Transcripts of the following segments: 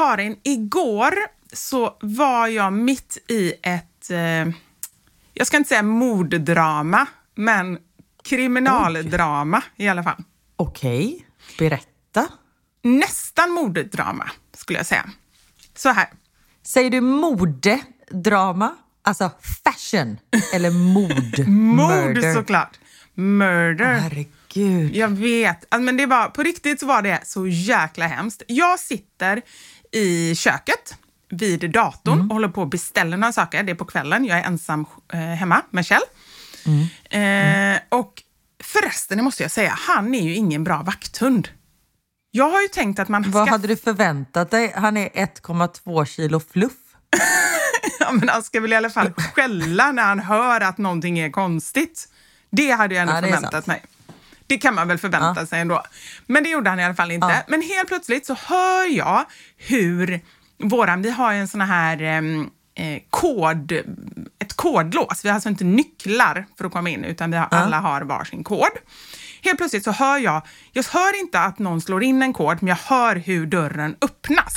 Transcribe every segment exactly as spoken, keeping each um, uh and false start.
Karin, igår så var jag mitt i ett, eh, jag ska inte säga morddrama, men kriminaldrama Oj. I alla fall. Okej, berätta. Nästan morddrama skulle jag säga. Så här. Säger du modedrama? Alltså fashion eller mord? Mord såklart. Murder. Åh, herregud. Jag vet. Men det var, på riktigt så var det så jäkla hemskt. Jag sitter i köket vid datorn mm. och håller på att beställa några saker. Det är på kvällen. Jag är ensam eh, hemma med Kjell. Mm. Eh, mm. och förresten måste jag säga, han är ju ingen bra vakthund. Jag har ju tänkt att man ska... Vad hade du förväntat dig? Han är ett komma två kilo fluff. Ja, men han ska väl i alla fall skälla när han hör att någonting är konstigt. Det hade jag ändå ja, förväntat mig. Det kan man väl förvänta ja. sig ändå. Men det gjorde han i alla fall inte. Ja. Men helt plötsligt så hör jag hur våran, vi har ju en sån här eh, kod, ett kodlås. Vi har alltså inte nycklar för att komma in, utan vi har, ja. alla har varsin kod. Helt plötsligt så hör jag, jag hör inte att någon slår in en kod, men jag hör hur dörren öppnas.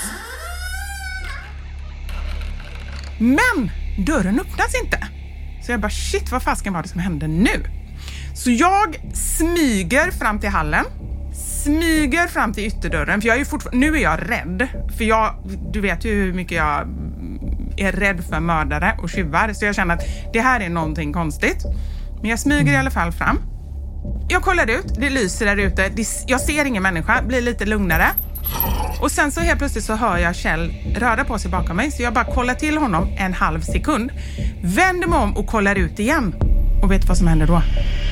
Men dörren öppnas inte. Så jag bara, shit, vad fasken var det som hände nu? Så jag smyger fram till hallen. Smyger fram till ytterdörren. För jag är ju fortfarande, nu är jag rädd. För jag, du vet ju hur mycket jag är rädd för mördare och tjuvar. Så jag känner att det här är någonting konstigt. Men jag smyger i alla fall fram. Jag kollar ut, det lyser där ute. Jag ser ingen människa, blir lite lugnare. Och sen så helt plötsligt så hör jag Kjell röra på sig bakom mig. Så jag bara kollar till honom en halv sekund. Vänder mig om och kollar ut igen. Och vet vad som händer då?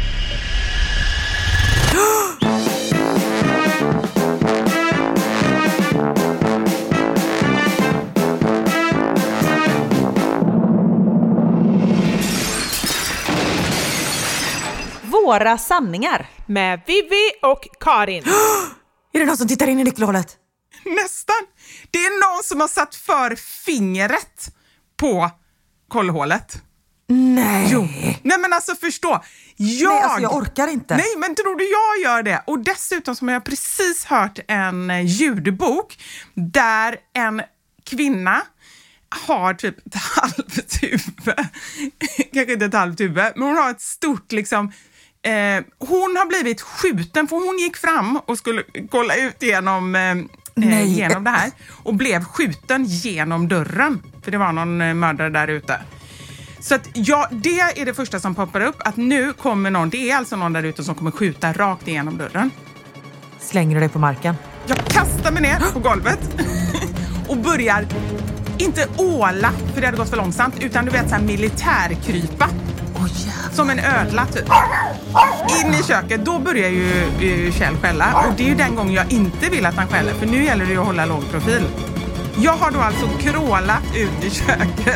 Våra sanningar med Vivi och Karin. Är det någon som tittar in i nyckelhålet? Nästan. Det är någon som har satt för fingret på kollhålet. Nej. Jo. Nej men alltså förstå. Jag... Nej alltså jag orkar inte. Nej men tror du jag gör det? Och dessutom som jag har precis hört en ljudbok där en kvinna har typ ett halvt huvud. Kanske inte ett halvt huvud. Men hon har ett stort liksom... Eh, hon har blivit skjuten för hon gick fram och skulle kolla ut genom, eh, genom det här. Och blev skjuten genom dörren. För det var någon eh, mördare där ute. Så att ja, det är det första som poppar upp. Att nu kommer någon, det är alltså någon där ute som kommer skjuta rakt igenom dörren. Slänger du dig på marken? Jag kastar mig ner på golvet. Och börjar, inte åla, för det hade gått för långsamt. Utan du vet så här militärkrypa. Oh, som en ödla typ. In i köket, då börjar ju, ju Kjell skälla. Och det är ju den gången jag inte vill att han skäller. För nu gäller det ju att hålla låg profil. Jag har då alltså krålat ut i köket.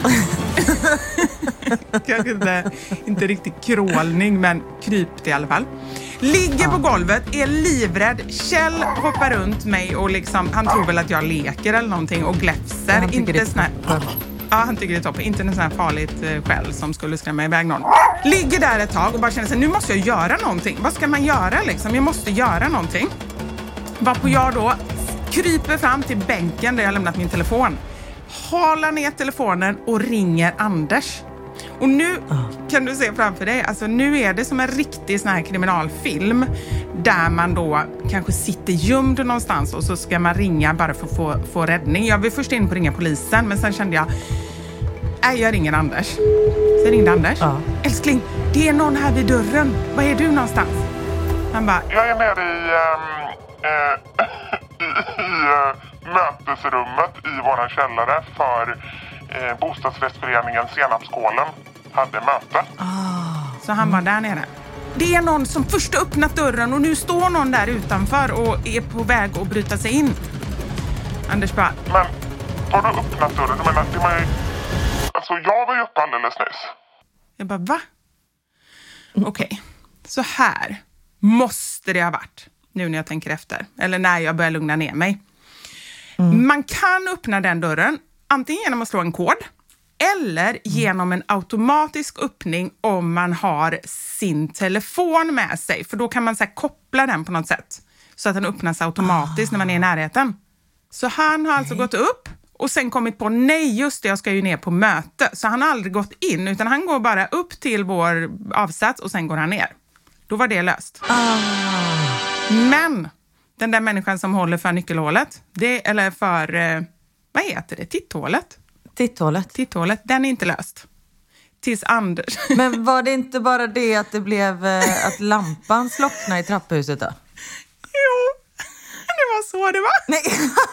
Kanske inte, inte riktigt krålning, men krypt i alla fall. Ligger på golvet, är livrädd. Kjell hoppar runt mig och liksom, han tror väl att jag leker eller någonting och gläfser. Ja, inte sån här, ja, han tycker det är toppen. Inte en sån här farligt eh, skäll som skulle skrämma iväg någon. Ligger där ett tag och bara känner sig, nu måste jag göra någonting. Vad ska man göra liksom? Jag måste göra någonting. Varpå jag då kryper fram till bänken där jag lämnat min telefon. Halar ner telefonen och ringer Anders. Och nu kan du se framför dig, alltså nu är det som en riktig sån här kriminalfilm där man då kanske sitter gömd någonstans och så ska man ringa bara för att få, få räddning. Jag vill först in på att ringa polisen, men sen kände jag, nej jag ringer Anders. Så jag ringde Anders. Ja. Älskling, det är någon här vid dörren. Var är du någonstans? Han bara, jag är nere i, um, äh, i, i uh, mötesrummet i våran källare för Eh, bostadsrättsföreningen Senapskålen hade möte. Oh, så han var där nere. Det är någon som först öppnat dörren och nu står någon där utanför och är på väg att bryta sig in. Anders bara, men har du öppnat dörren? Jag menar, det var ju... Alltså jag var ju uppe alldeles nyss. Jag bara, va? Okej, okay. Så här måste det ha varit nu när jag tänker efter. Eller när jag börjar lugna ner mig. Mm. Man kan öppna den dörren antingen genom att slå en kod eller genom en automatisk öppning om man har sin telefon med sig. För då kan man så här koppla den på något sätt så att den öppnas automatiskt ah. när man är i närheten. Så han har alltså Nej. gått upp och sen kommit på, nej just det, jag ska ju ner på möte. Så han har aldrig gått in, utan han går bara upp till vår avsats och sen går han ner. Då var det löst. Ah. Men den där människan som håller för nyckelhålet, det, eller för, eh, vad heter det, titthålet? Titthålet. Titthålet, den är inte löst. Tills Anders... Men var det inte bara det att det blev eh, att lampan slocknade i trapphuset då? Jo, det var så det var. Nej.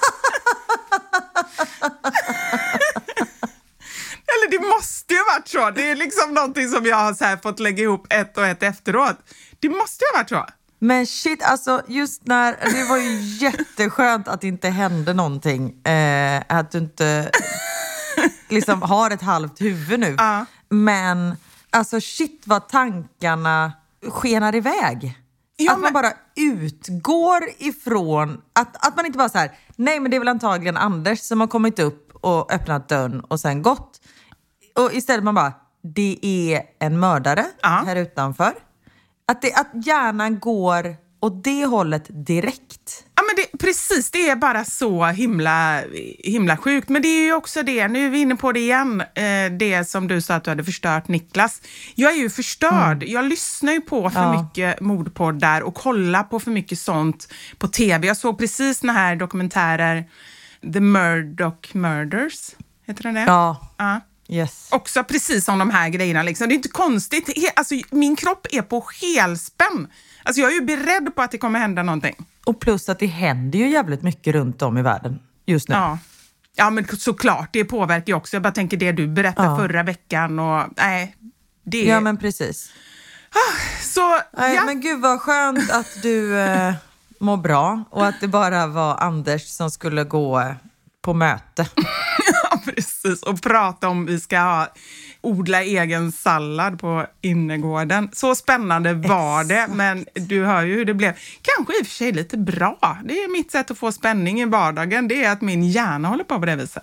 Eller det måste ju ha varit så. Det är liksom någonting som jag har så här fått lägga ihop ett och ett efteråt. Det måste ju ha varit så. Men shit, alltså just när, det var ju jätteskönt att det inte hände någonting. Eh, att du inte liksom har ett halvt huvud nu. Ja. Men alltså shit vad tankarna skenar iväg. Ja, att man men- bara utgår ifrån, att, att man inte bara så här, nej men det är väl antagligen Anders som har kommit upp och öppnat dörren och sen gått. Och istället man bara, det är en mördare Ja. här utanför. Att, det, att hjärnan går åt det hållet direkt. Ja, men det, precis, det är bara så himla, himla sjukt. Men det är ju också det, nu är vi inne på det igen, eh, det som du sa att du hade förstört, Niklas. Jag är ju förstörd. Jag lyssnar ju på för Ja. mycket mordpoddar och kollar på för mycket sånt på tv. Jag såg precis den här dokumentärer, The Murdoch Murders, heter den det? Ja, Ja. yes. Också precis om de här grejerna. Liksom. Det är inte konstigt. He- Alltså, min kropp är på helspänn. Alltså, jag är ju beredd på att det kommer hända någonting. Och plus att det händer ju jävligt mycket runt om i världen just nu. Ja, ja men såklart. Det påverkar ju också. Jag bara tänker det du berättade Ja. förra veckan. Och, nej, det Ja, men precis. Så, Nej, ja. men gud vad skönt att du eh, mår bra och att det bara var Anders som skulle gå eh, på möte. Ja, precis. Och prata om vi ska ha, odla egen sallad på innergården. Så spännande var det, men du hör ju hur det blev. Kanske i och för sig lite bra. Det är mitt sätt att få spänning i vardagen. Det är att min hjärna håller på på det viset.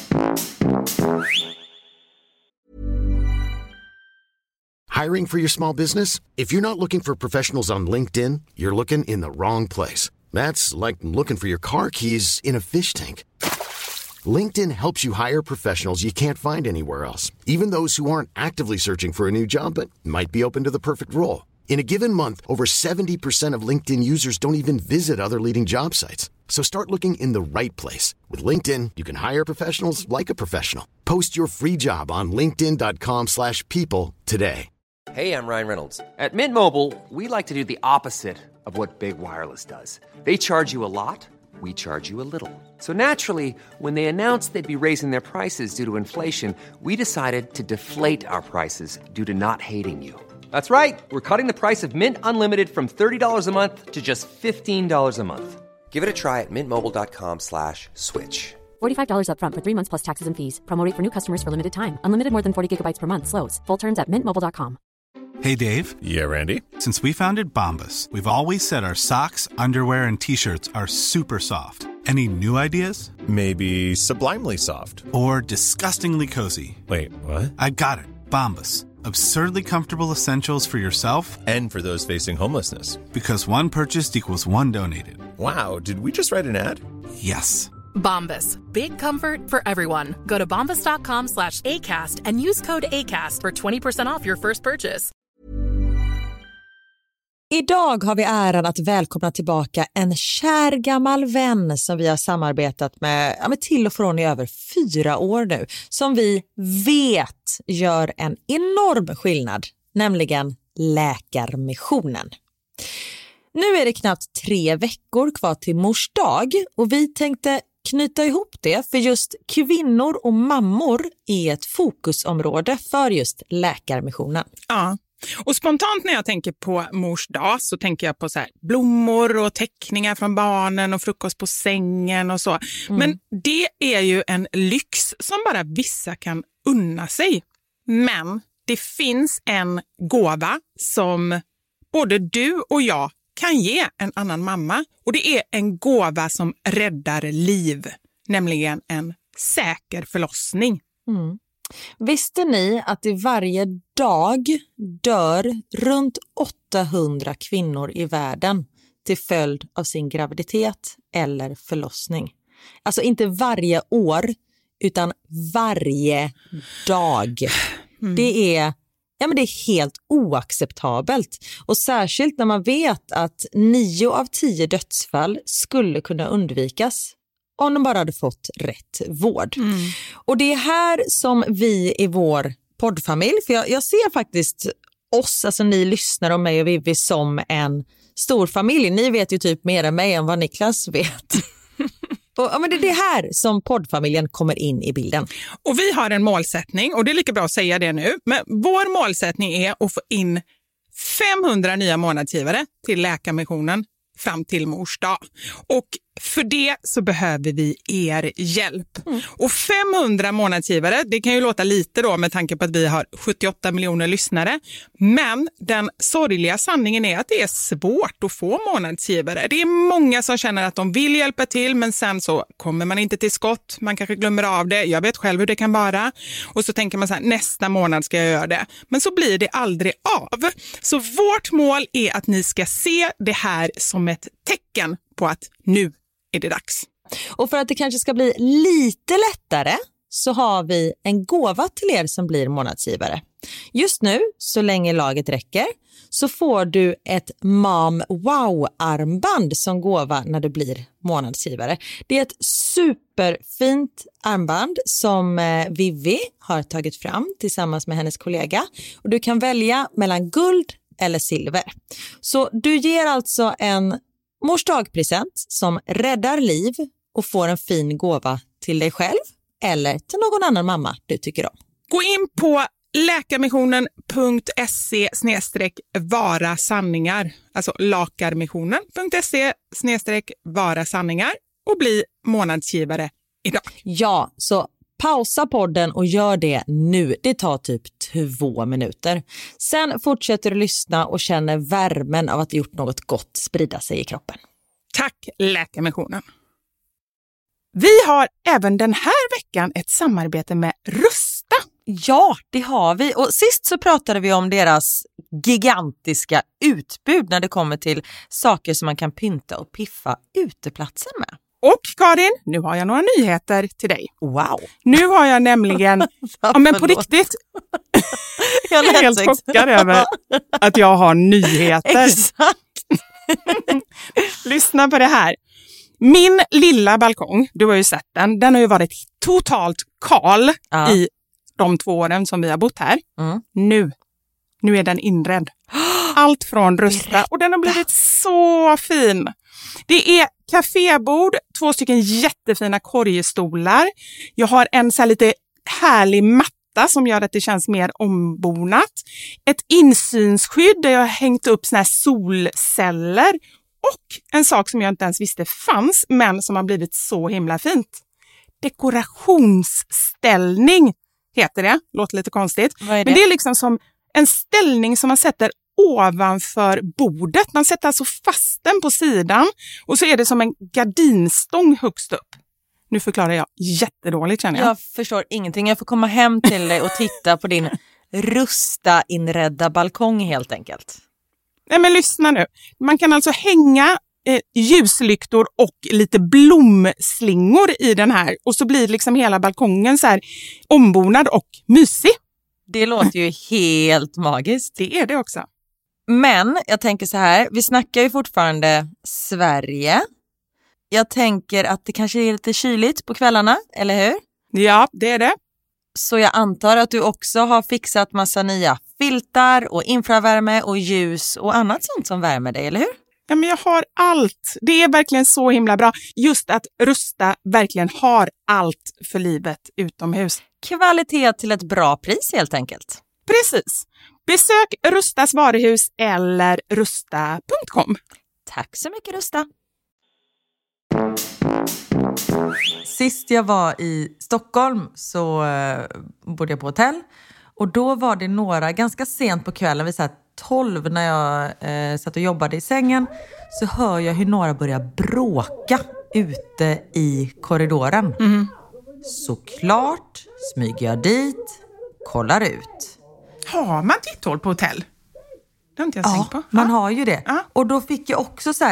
Hiring for your small business? If you're not looking for professionals on LinkedIn, you're looking in the wrong place. That's like looking for your car keys in a fish tank. LinkedIn helps you hire professionals you can't find anywhere else, even those who aren't actively searching for a new job but might be open to the perfect role. In a given month, over seventy percent of LinkedIn users don't even visit other leading job sites. So start looking in the right place. With LinkedIn, you can hire professionals like a professional. Post your free job on linkedin dot com slash people today. Hey, I'm Ryan Reynolds. At Mint Mobile, we like to do the opposite of what Big Wireless does. They charge you a lot, we charge you a little. So naturally, when they announced they'd be raising their prices due to inflation, we decided to deflate our prices due to not hating you. That's right. We're cutting the price of Mint Unlimited from thirty dollars a month to just fifteen dollars a month. Give it a try at mintmobile.com slash switch. forty-five dollars up front for three months plus taxes and fees. Promo rate for new customers for limited time. Unlimited more than forty gigabytes per month slows. Full terms at mint mobile dot com. Hey, Dave. Yeah, Randy. Since we founded Bombas, we've always said our socks, underwear, and T-shirts are super soft. Any new ideas? Maybe sublimely soft. Or disgustingly cozy? Wait, what? I got it. Bombas. Absurdly comfortable essentials for yourself And for those facing homelessness. because one purchased equals one donated. Wow, did we just write an ad? Yes. Bombas. Big comfort for everyone. Go to bombas.com slash ACAST and use code ACAST for twenty percent off your first purchase. Idag har vi äran att välkomna tillbaka en kär gammal vän som vi har samarbetat med, ja, med till och från i över fyra år nu. Som vi vet gör en enorm skillnad, nämligen Läkarmissionen. Nu är det knappt tre veckor kvar till mors dag och vi tänkte knyta ihop det, för just kvinnor och mammor är ett fokusområde för just Läkarmissionen. Ja. Och spontant när jag tänker på mors dag så tänker jag på så här blommor och teckningar från barnen och frukost på sängen och så. Mm. Men det är ju en lyx som bara vissa kan unna sig. Men det finns en gåva som både du och jag kan ge en annan mamma. Och det är en gåva som räddar liv, nämligen en säker förlossning. Mm. Visste ni att i varje dag dör runt åttahundra kvinnor i världen till följd av sin graviditet eller förlossning? Alltså inte varje år, utan varje dag. Mm. Det är, ja, men det är helt oacceptabelt. Och särskilt när man vet att nio av tio dödsfall skulle kunna undvikas om de bara hade fått rätt vård. Mm. Och det är här som vi i vår poddfamilj, för jag, jag ser faktiskt oss, alltså ni lyssnar och mig och Vivi, som en stor familj. Ni vet ju typ mer än mig än vad Niklas vet. Och, ja, men det är det här som poddfamiljen kommer in i bilden. Och vi har en målsättning, och det är lika bra att säga det nu. Men vår målsättning är att få in femhundra nya månadsgivare till Läkarmissionen fram till mors dag. Och för det så behöver vi er hjälp. Mm. Och femhundra månadsgivare, det kan ju låta lite då med tanke på att vi har sjuttioåtta miljoner lyssnare. Men den sorgliga sanningen är att det är svårt att få månadsgivare. Det är många som känner att de vill hjälpa till, men sen så kommer man inte till skott. Man kanske glömmer av det. Jag vet själv hur det kan vara. Och så tänker man så här, nästa månad ska jag göra det. Men så blir det aldrig av. Så vårt mål är att ni ska se det här som ett tecken på att nu är det dags. Och för att det kanske ska bli lite lättare så har vi en gåva till er som blir månadsgivare. Just nu, så länge laget räcker, så får du ett Mom Wow-armband som gåva när du blir månadsgivare. Det är ett superfint armband som Vivi har tagit fram tillsammans med hennes kollega. Och du kan välja mellan guld eller silver. Så du ger alltså en mors dagpresent som räddar liv och får en fin gåva till dig själv eller till någon annan mamma du tycker om. Gå in på läkarmissionen punkt se snedstreck vara sanningar, alltså lakarmissionen punkt se snedstreck vara sanningar och bli månadsgivare idag. Ja, så pausa podden och gör det nu. Det tar typ två minuter. Sen fortsätter du lyssna och känner värmen av att ha gjort något gott sprida sig i kroppen. Tack Läkarmissionen. Vi har även den här veckan ett samarbete med Rusta. Ja, det har vi. Och sist så pratade vi om deras gigantiska utbud när det kommer till saker som man kan pynta och piffa uteplatsen med. Och Karin, nu har jag några nyheter till dig. Wow. Nu har jag nämligen, ja men på riktigt, jag är helt chockad över att jag har nyheter. Exakt. Lyssna på det här. Min lilla balkong, du har ju sett den, den har ju varit totalt kal ja. i de två åren som vi har bott här. Mm. Nu, nu är den inredd. Allt från Rusta och den har blivit så fin. Det är kafébord, två stycken jättefina korgstolar. Jag har en så här lite härlig matta som gör att det känns mer ombonat. Ett insynsskydd där jag har hängt upp såna här solceller. Och en sak som jag inte ens visste fanns, men som har blivit så himla fint. Dekorationsställning heter det. Låter lite konstigt. Vad är det? Men det är liksom som en ställning som man sätter ovanför bordet. Man sätter alltså fast den på sidan. Och så är det som en gardinstång högst upp. Nu förklarar jag jättedåligt, känner jag. Jag förstår ingenting. Jag får komma hem till dig och titta på din Rusta inredda balkong helt enkelt. Nej, men lyssna nu. Man kan alltså hänga eh, ljuslyktor och lite blomslingor i den här. Och så blir liksom hela balkongen så här ombonad och mysig. Det låter ju helt magiskt. Det är det också. Men jag tänker så här, vi snackar ju fortfarande Sverige. Jag tänker att det kanske är lite kyligt på kvällarna, eller hur? Ja, det är det. Så jag antar att du också har fixat massa nya filtar och infravärme och ljus och annat sånt som värmer dig, eller hur? Ja, men jag har allt. Det är verkligen så himla bra. Just att Rusta verkligen har allt för livet utomhus. Kvalitet till ett bra pris helt enkelt. Precis. Besök Rustas varuhus eller rusta punkt com. Tack så mycket, Rusta. Sist jag var i Stockholm så eh, bodde jag på hotell. Och då var det några, ganska sent på kvällen, vid så här tolv när jag eh, satt och jobbade i sängen. Så hör jag hur några börjar bråka ute i korridoren. Mm. Såklart smyger jag dit, kollar ut. Har man titthål på hotell? Det har inte jag ja, tänkt på. Man har ju det. Ja. Och då fick jag också så här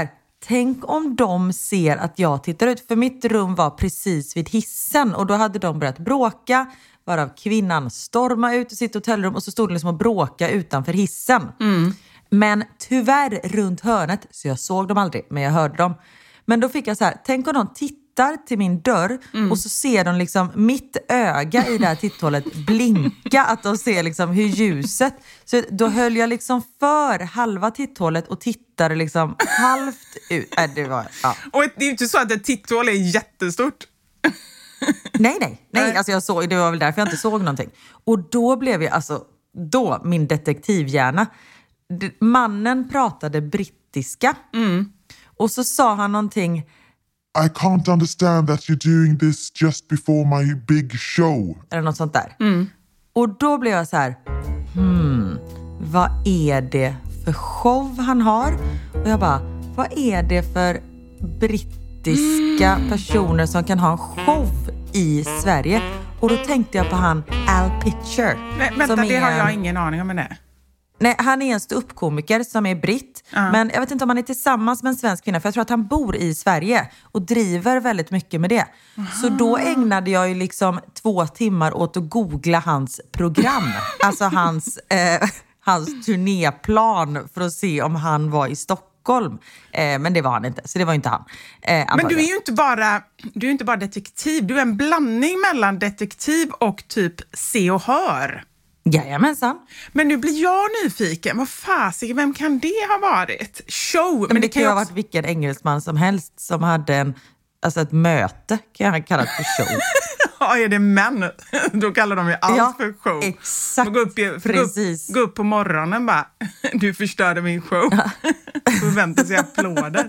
tänk om de ser att jag tittar ut. För mitt rum var precis vid hissen. Och då hade de börjat bråka. Varav kvinnan stormade ut i sitt hotellrum. Och så stod de liksom och bråka utanför hissen. Mm. Men tyvärr runt hörnet. Så jag såg dem aldrig. Men jag hörde dem. Men då fick jag så här. Tänk om de tittar till min dörr. Mm. Och så ser de liksom mitt öga i det här titthålet blinka. Att de ser liksom hur ljuset. Så då höll jag liksom för halva titthålet. Och tittade liksom halvt ut. Äh, det var, ja. Och det är ju inte så att ett titthål är jättestort. Nej, nej. nej. Alltså jag såg, det var väl därför jag inte såg någonting. Och då blev jag, alltså, då, min detektivhjärna. D- mannen pratade brittiska. Mm. Och så sa han någonting. I can't understand that you're doing this just before my big show. Eller något sånt där. Mm. Och då blev jag så här. Hmm, vad är det för show han har? Och jag bara, vad är det för brittiska personer som kan ha en show i Sverige? Och då tänkte jag på han Al Pitcher. Nej, vänta, det har jag ingen aning om det. Nej, han är en ståuppkomiker som är britt. Uh. Men jag vet inte om han är tillsammans med en svensk kvinna. För jag tror att han bor i Sverige. Och driver väldigt mycket med det. Uh-huh. Så då ägnade jag ju liksom två timmar åt att googla hans program. Alltså hans, eh, hans turnéplan. För att se om han var i Stockholm. Eh, men det var han inte. Så det var inte han. Eh, men du är ju inte bara, du är inte bara detektiv. Du är en blandning mellan detektiv och typ se och hör. Jajamensan. Men nu blir jag nyfiken. Vad fasiken, vem kan det ha varit? Show. Men, men det, det kan ju ha varit vilken engelsman som helst som hade en, alltså ett möte kan jag kalla det för show. Ja, är det män? Då kallar de ju allt ja, för show. Exakt. Gå upp, Precis. Gå upp, gå upp på morgonen bara. Du förstörde min show. Förväntar sig applåder.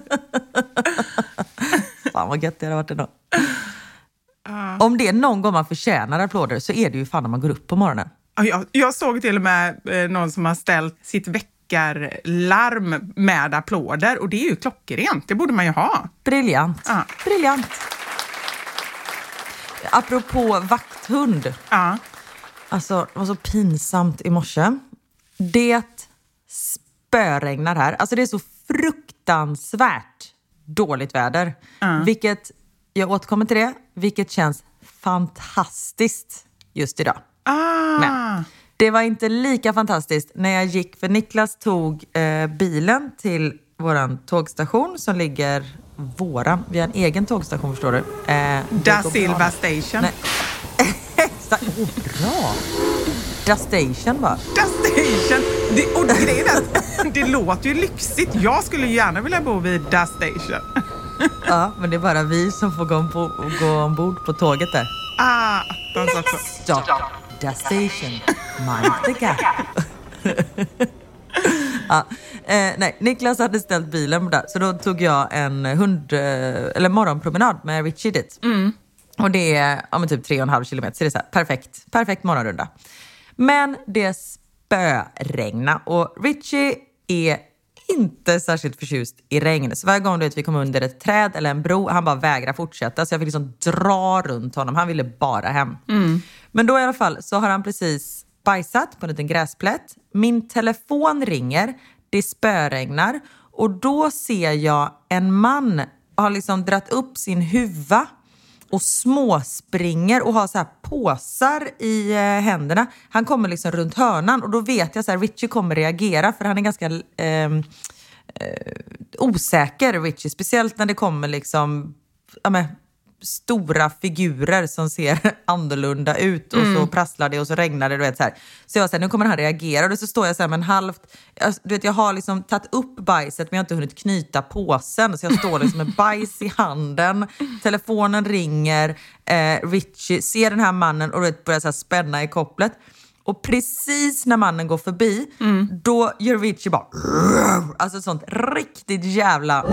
Fan vad gött det hade varit idag. Uh. Om det är någon gång man förtjänar applåder så är det ju fan när man går upp på morgonen. Jag, jag såg till och med eh, någon som har ställt sitt väckarlarm med applåder. Och det är ju klockrent, det borde man ju ha. Briljant, ja. briljant. Apropå vakthund. Ja. Alltså, det var så pinsamt i morse. Det spöregnar här. Alltså det är så fruktansvärt dåligt väder. Ja. Vilket, jag återkommer till det, vilket känns fantastiskt just idag. Ah. Men det var inte lika fantastiskt när jag gick, för Niklas tog eh, bilen till våran tågstation som ligger våran, vi har en egen tågstation förstår du. Eh, Da Silva Station. Exakt, oh, bra. Da Station bara. Da Station, det, och grejen är, det låter ju lyxigt, jag skulle gärna vilja bo vid Da Station. Ja, men det är bara vi som får gå, på, gå ombord på tåget där. Ah, de sa så. Stop. Da Station. Mind the gap. Ja, eh, nej, Niklas hade ställt bilen där. Så då tog jag en hund, eller morgonpromenad med Richie dit. Mm. Och det är ja, men typ tre och en halv kilometer. Så det är så här, perfekt, perfekt morgonrunda. Men det spöregna. Och Richie är inte särskilt förtjust i regn. Så varje gång du vet, vi kom under ett träd eller en bro, han bara vägrar fortsätta. Så jag fick liksom dra runt honom. Han ville bara hem. Mm. Men då i alla fall så har han precis bajsat på en liten gräsplätt. Min telefon ringer. Det spöregnar. Och då ser jag en man har liksom dratt upp sin huva och småspringer och har så här påsar i eh, händerna. Han kommer liksom runt hörnan och då vet jag så här, Richie kommer reagera för han är ganska eh, eh, osäker, Richie. Speciellt när det kommer liksom ja, men, stora figurer som ser annorlunda ut och mm. så prasslar det och så regnar det, du vet så här. Så jag var så här, nu kommer han reagera och så står jag så här med en halvt, jag, du vet jag har liksom tagit upp bajset men jag har inte hunnit knyta påsen så jag står liksom med bajs i handen, telefonen ringer, eh, Richie ser den här mannen och du vet, börjar så här spänna i kopplet och precis när mannen går förbi mm. då gör Richie bara alltså sånt riktigt jävla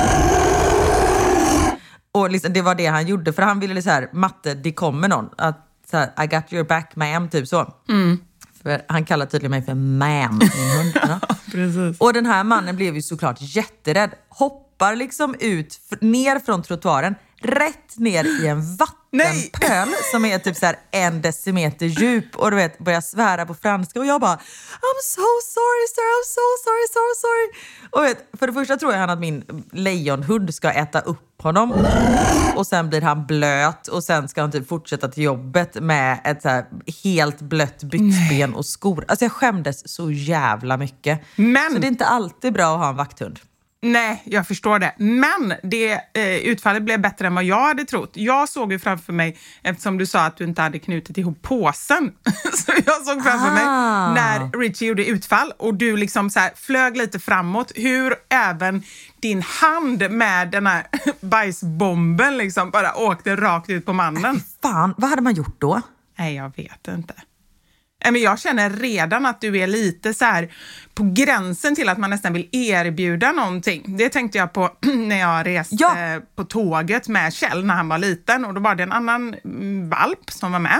och liksom, det var det han gjorde. För han ville så här, matte, det kommer någon. Att så här, I got your back, ma'am, typ så. Mm. För han kallar tydligen mig för ma'am. Min hund, ja. Precis. Och den här mannen blev ju såklart jätterädd. Hoppar liksom ut, ner från trottoaren. rätt ner i en vattenpöl som är typ så här en decimeter djup och du vet, börjar svära på franska och jag bara I'm so sorry sir, I'm so sorry, so sorry. Och vet, för det första tror jag han att min lejonhund ska äta upp honom och sen blir han blöt och sen ska han typ fortsätta till jobbet med ett så här helt blött byxben och skor. Alltså jag skämdes så jävla mycket. Men... Så det är inte alltid bra att ha en vakthund. Nej, jag förstår det. Men det eh, utfallet blev bättre än vad jag hade trott. Jag såg ju framför mig, eftersom du sa att du inte hade knutit ihop påsen. Så jag såg framför ah. mig när Richie gjorde utfall och du liksom så här flög lite framåt. Hur även din hand med den här bajsbomben liksom bara åkte rakt ut på mannen. Äh, fan, vad hade man gjort då? Nej, jag vet inte. Men jag känner redan att du är lite så här på gränsen till att man nästan vill erbjuda någonting. Det tänkte jag på när jag reste ja. på tåget med Kjell när han var liten. Och då var det en annan valp som var med.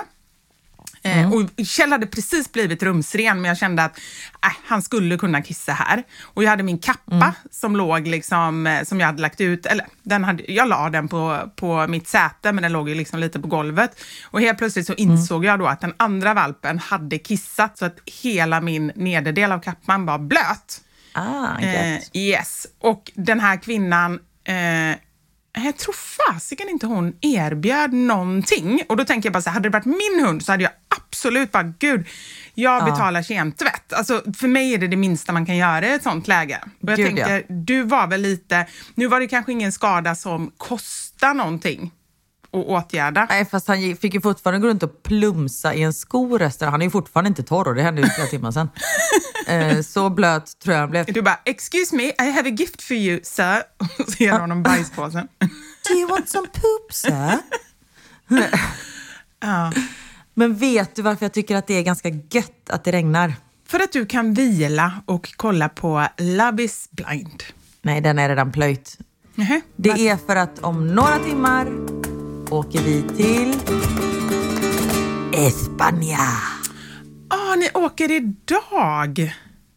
Mm. Och Kjell hade precis blivit rumsren men jag kände att äh, han skulle kunna kissa här. Och jag hade min kappa mm. som låg liksom, som jag hade lagt ut, eller den hade, jag la den på, på mitt säte men den låg ju liksom lite på golvet. Och helt plötsligt så insåg mm. jag då att den andra valpen hade kissat så att hela min nederdel av kappan var blöt. Ah, eh, yes. Och den här kvinnan... Eh, Jag tror fasiken inte hon erbjöd någonting. Och då tänker jag bara så här, hade det varit min hund så hade jag absolut bara, gud, jag betalar ja. kemtvätt. Alltså för mig är det det minsta man kan göra i ett sånt läge. Och jag gud, tänker, ja. du var väl lite, nu var det kanske ingen skada som kostar någonting att åtgärda. Nej, fast han fick ju fortfarande gå runt och plumsa i en sko resten. Han är ju fortfarande inte torr och det hände ju flera timmar sedan. eh, så blöt tror jag han blev. Du bara, excuse me, I have a gift for you, sir. Och så ger honom bajspåsen. Do you want some poop, sir? ja. Men vet du varför jag tycker att det är ganska gött att det regnar? För att du kan vila och kolla på Love is blind. Nej, den är redan plöjt. Uh-huh. Det är för att om några timmar åker vi till España. Ah, ni åker idag?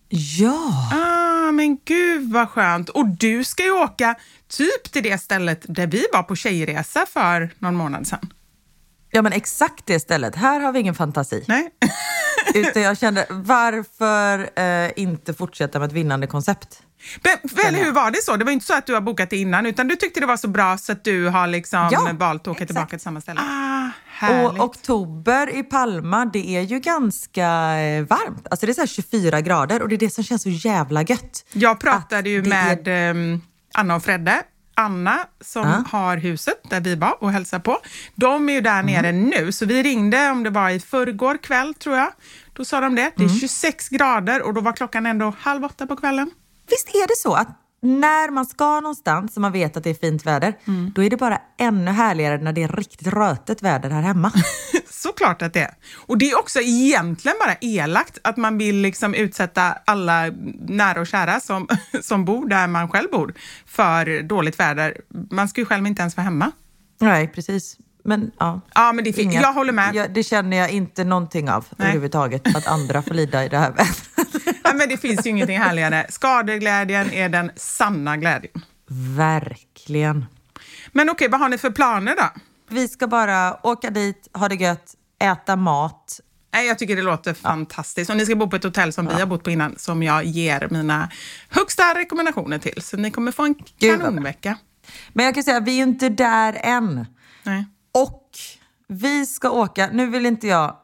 Ja. Ah, men gud vad skönt. Och du ska ju åka typ till det stället där vi var på tjejresa för någon månad sedan. Ja, men exakt det stället. Här har vi ingen fantasi. Nej. Utan jag kände, varför eh, inte fortsätta med ett vinnande koncept? Men, väl, hur var det så? Det var inte så att du har bokat det innan, utan du tyckte det var så bra så att du har liksom ja, valt att åka exakt. tillbaka till samma ställe. Ah, härligt. Och oktober i Palma, det är ju ganska varmt. Alltså det är så här tjugofyra grader och det är det som känns så jävla gött. Jag pratade ju med är... um, Anna och Fredde. Anna som ah. har huset där vi var och hälsade på. De är ju där nere mm. nu. Så vi ringde, om det var i förrgår kväll tror jag. Då sa de det. Det är mm. tjugosex grader och då var klockan ändå halv åtta på kvällen. Visst är det så att när man ska någonstans så man vet att det är fint väder, mm. då är det bara ännu härligare när det är riktigt rötet väder här hemma. Såklart att det är. Och det är också egentligen bara elakt att man vill liksom utsätta alla nära och kära som, som bor där man själv bor för dåligt väder. Man ska ju själv inte ens vara hemma. Nej, precis. Men ja, ja men det är fint. Jag håller med. Jag, det känner jag inte någonting av Nej. överhuvudtaget. Att andra får lida i det här vädret. Ja, men det finns ju ingenting härligare. Skadeglädjen är den sanna glädjen. Verkligen. Men okej, vad har ni för planer då? Vi ska bara åka dit, ha det gött, äta mat. Nej, jag tycker det låter ja. fantastiskt. Och ni ska bo på ett hotell som ja. vi har bott på innan, som jag ger mina högsta rekommendationer till. Så ni kommer få en kanonvecka. Men jag kan säga, vi är ju inte där än. Nej. Och vi ska åka, nu vill inte jag,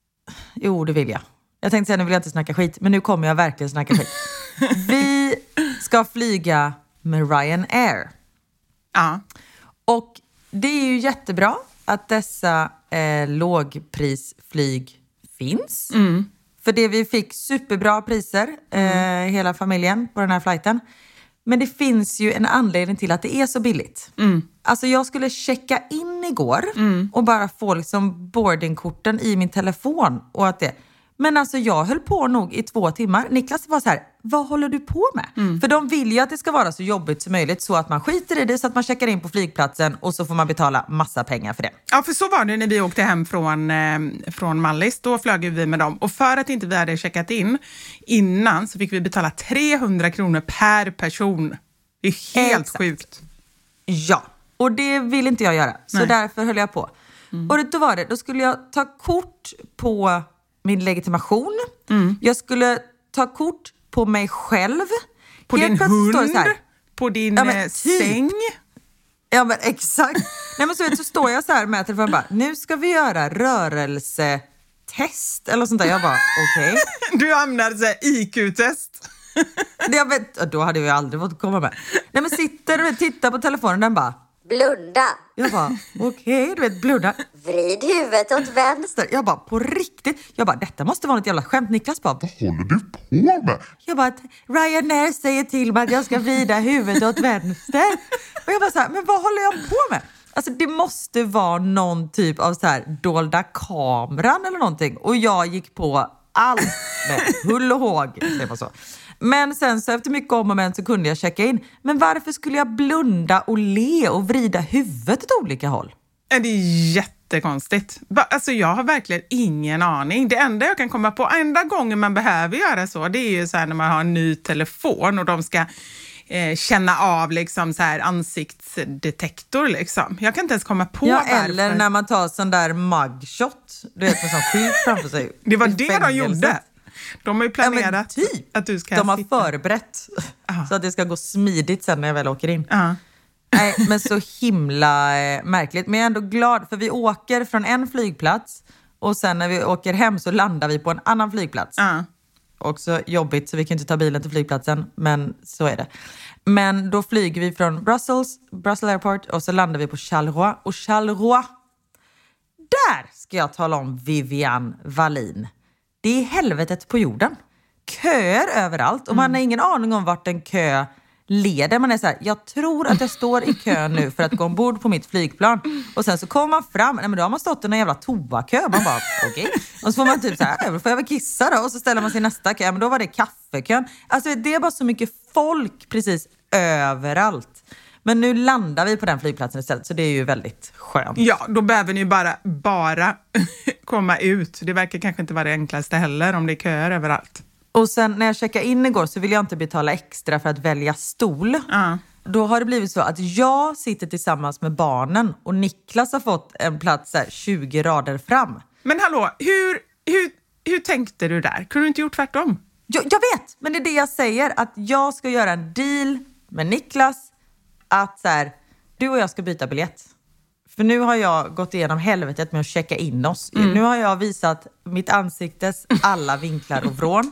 jo det vill jag. Jag tänkte säga, nu vill jag inte snacka skit, men nu kommer jag verkligen snacka skit. Vi ska flyga med Ryanair. Ja. Och det är ju jättebra att dessa eh, lågprisflyg finns. Mm. För det vi fick superbra priser, eh, mm. hela familjen på den här flighten. Men det finns ju en anledning till att det är så billigt. Mm. Alltså jag skulle checka in igår mm. och bara få liksom boardingkorten i min telefon. Och att det... Men alltså jag höll på nog i två timmar. Niklas var så här, vad håller du på med? Mm. För de vill ju att det ska vara så jobbigt som möjligt så att man skiter i det, så att man checkar in på flygplatsen och så får man betala massa pengar för det. Ja, för så var det när vi åkte hem från, eh, från Mallis. Då flög vi med dem. Och för att inte vi hade checkat in innan så fick vi betala trehundra kronor per person. Det är helt Exakt. sjukt. Ja. Och det vill inte jag göra. Så Nej. därför höll jag på. Mm. Och då var det, då skulle jag ta kort på min legitimation. Mm. Jag skulle ta kort på mig själv. På Helt din hund? Så här, på din ja, men, säng? Ja men exakt. Nej men så, vet, så står jag så här med telefonen bara, nu ska vi göra rörelsetest eller sånt där. Jag bara, okej. Okay. Du hamnar så här I Q-test. Jag vet, då hade vi aldrig fått komma med. Nej men sitter och tittar på telefonen, den bara, blunda. Jag bara, okej, okay, du vet, blunda. Vrid huvudet åt vänster. Jag bara, på riktigt. Jag bara, detta måste vara ett jävla skämt. Niklas bara, vad håller du på med? Jag bara, Ryanair säger till mig att jag ska vrida huvudet åt vänster. Och jag bara så här, men vad håller jag på med? Alltså det måste vara någon typ av så här dolda kameran eller någonting. Och jag gick på allt med hull och håg, säger man så. Men sen så efter mycket om och men så kunde jag checka in. Men varför skulle jag blunda och le och vrida huvudet åt olika håll? Det är jättekonstigt. Alltså jag har verkligen ingen aning. Det enda jag kan komma på, enda gången man behöver göra så, det är ju så här när man har en ny telefon och de ska eh, känna av liksom så här ansiktsdetektor liksom. Jag kan inte ens komma på ja, varför. Eller när man tar sån där mugshot, du vet med sån skylt framför sig. Det var det de gjorde. De har ju planerat ja, typ. att du ska De har sitta. förberett Aha. så att det ska gå smidigt sen när jag väl åker in. Aha. Nej, men så himla eh, märkligt. Men jag är ändå glad för vi åker från en flygplats och sen när vi åker hem så landar vi på en annan flygplats. Aha. Också jobbigt så vi kan inte ta bilen till flygplatsen, men så är det. Men då flyger vi från Brussels, Brussels Airport och så landar vi på Charleroi. Och Charleroi, där ska jag tala om Vivian Wallin. Det är helvetet på jorden. Köer överallt och man har ingen aning om vart en kö leder. Man är så här, jag tror att jag står i kö nu för att gå ombord på mitt flygplan. Och sen så kommer man fram, nej men då har man stått i en jävla toakö. Man bara, okej. Okay. Och så får man typ så här, får jag väl kissa då? Och så ställer man sig i nästa kö, men då var det kaffekön. Alltså det är bara så mycket folk precis överallt. Men nu landar vi på den flygplatsen istället, så det är ju väldigt skönt. Ja, då behöver ni bara, bara komma ut. Det verkar kanske inte vara det enklaste heller om det är köer överallt. Och sen när jag checkade in igår så vill jag inte betala extra för att välja stol. Uh. Då har det blivit så att jag sitter tillsammans med barnen och Niklas har fått en plats här, tjugo rader fram. Men hallå, hur, hur, hur tänkte du där? Kunde du inte gjort tvärtom? Jag, jag vet, men det är det jag säger. Att jag ska göra en deal med Niklas. Att så här, du och jag ska byta biljett. För nu har jag gått igenom helvetet med att checka in oss. Mm. Nu har jag visat mitt ansiktes alla vinklar och vrån.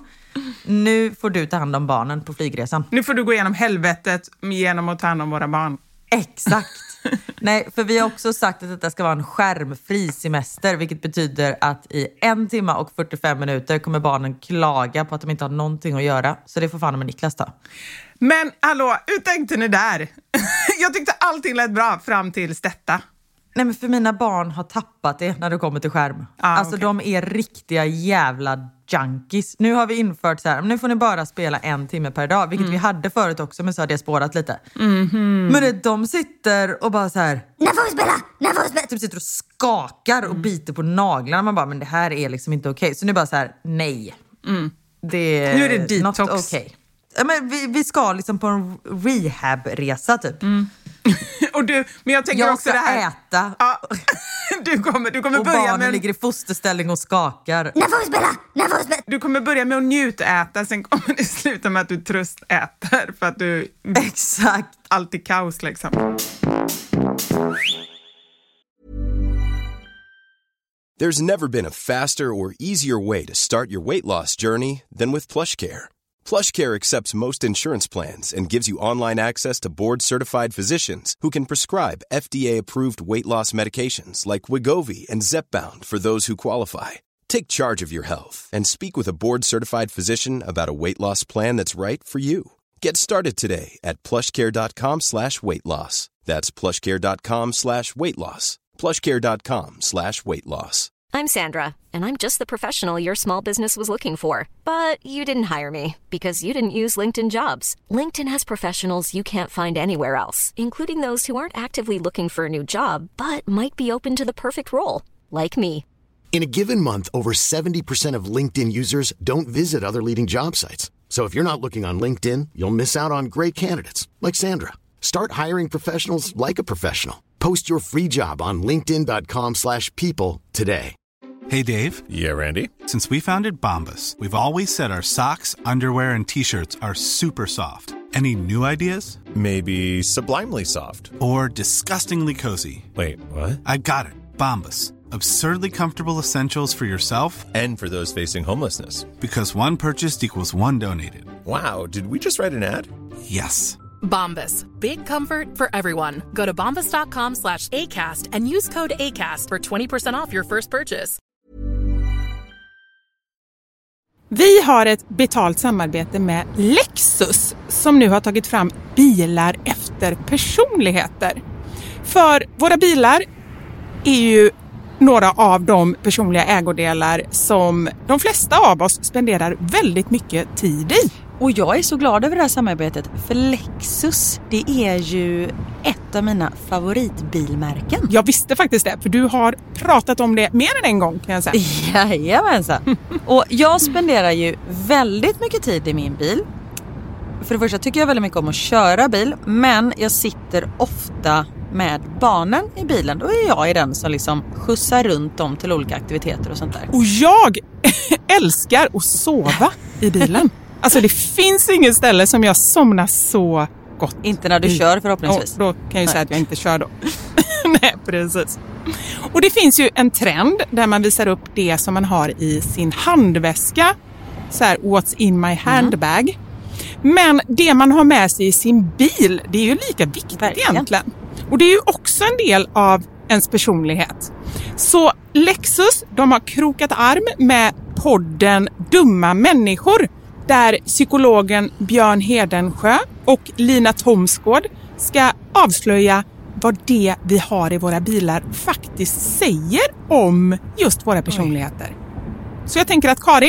Nu får du ta hand om barnen på flygresan. Nu får du gå igenom helvetet genom att ta hand om våra barn. Exakt. Nej, för vi har också sagt att detta ska vara en skärmfri semester. Vilket betyder att i en timme och fyrtiofem minuter kommer barnen klaga på att de inte har någonting att göra. Så det får fan med Niklas då. Men hallå, hur tänkte ni där? Jag tyckte allting lät bra fram tills detta. Nej, men för mina barn har tappat det när det kommer till skärm. Ah, alltså okay. De är riktiga jävla junkies. Nu har vi infört så här, nu får ni bara spela en timme per dag. Vilket mm. vi hade förut också, men så har det spårat lite. Mm-hmm. Men det, de sitter och bara så här, när får vi spela? När får vi spela? Typ sitter och skakar och mm. biter på naglarna. Man bara, men det här är liksom inte okej. Okay. Så nu bara så här, nej. Mm. Det nu är det detox. Not okay. Ja, men vi, vi ska liksom på en rehabresa typ. Mm. Och du, men jag tänker jag också det här. Jag ska äta. Ja, du kommer, du kommer och börja barnen med... ligger i fosterställning och skakar. När får vi spela? När får vi spela? Du kommer börja med att njutäta, sen kommer det sluta med att du tröstäter för att du... Exakt. Alltid kaos liksom. There's never been a faster or easier way to start your weight loss journey than with PlushCare. PlushCare accepts most insurance plans and gives you online access to board-certified physicians who can prescribe F D A-approved weight loss medications like Wegovy and Zepbound for those who qualify. Take charge of your health and speak with a board-certified physician about a weight loss plan that's right for you. Get started today at plushcare.com slash weight loss. That's plushcare.com slash weight loss. plushcare.com slash weight loss. I'm Sandra, and I'm just the professional your small business was looking for. But you didn't hire me because you didn't use LinkedIn Jobs. LinkedIn has professionals you can't find anywhere else, including those who aren't actively looking for a new job, but might be open to the perfect role, like me. In a given month, over seventy percent of LinkedIn users don't visit other leading job sites. So if you're not looking on LinkedIn, you'll miss out on great candidates, like Sandra. Start hiring professionals like a professional. Post your free job on linkedin.com slash people today. Hey, Dave. Yeah, Randy. Since we founded Bombas, we've always said our socks, underwear, and T-shirts are super soft. Any new ideas? Maybe sublimely soft. Or disgustingly cozy. Wait, what? I got it. Bombas. Absurdly comfortable essentials for yourself and for those facing homelessness. Because one purchased equals one donated. Wow, did we just write an ad? Yes. Bombas. Big comfort for everyone. Go to bombas.com slash ACAST and use code ACAST for twenty percent off your first purchase. Vi har ett betalt samarbete med Lexus som nu har tagit fram bilar efter personligheter. För våra bilar är ju några av de personliga ägodelar som de flesta av oss spenderar väldigt mycket tid i. Och jag är så glad över det här samarbetet, för Lexus, det är ju ett av mina favoritbilmärken. Jag visste faktiskt det, för du har pratat om det mer än en gång, kan jag säga. Jajamensan. Och jag spenderar ju väldigt mycket tid i min bil. För det första tycker jag väldigt mycket om att köra bil, men jag sitter ofta med barnen i bilen. Då är jag i den som liksom skjutsar runt dem till olika aktiviteter och sånt där. Och jag älskar att sova i bilen. Alltså det finns inget ställe som jag somnar så gott. Inte när du i. kör förhoppningsvis. Och då kan jag ju säga att jag inte kör då. Nej, precis. Och det finns ju en trend där man visar upp det som man har i sin handväska. Så här, what's in my handbag. Mm. Men det man har med sig i sin bil, det är ju lika viktigt Verkligen. egentligen. Och det är ju också en del av ens personlighet. Så Lexus, de har krokat arm med podden Dumma människor, där psykologen Björn Hedensjö och Lina Thomsgård ska avslöja vad det vi har i våra bilar faktiskt säger om just våra personligheter. Oj. Så jag tänker att Karin,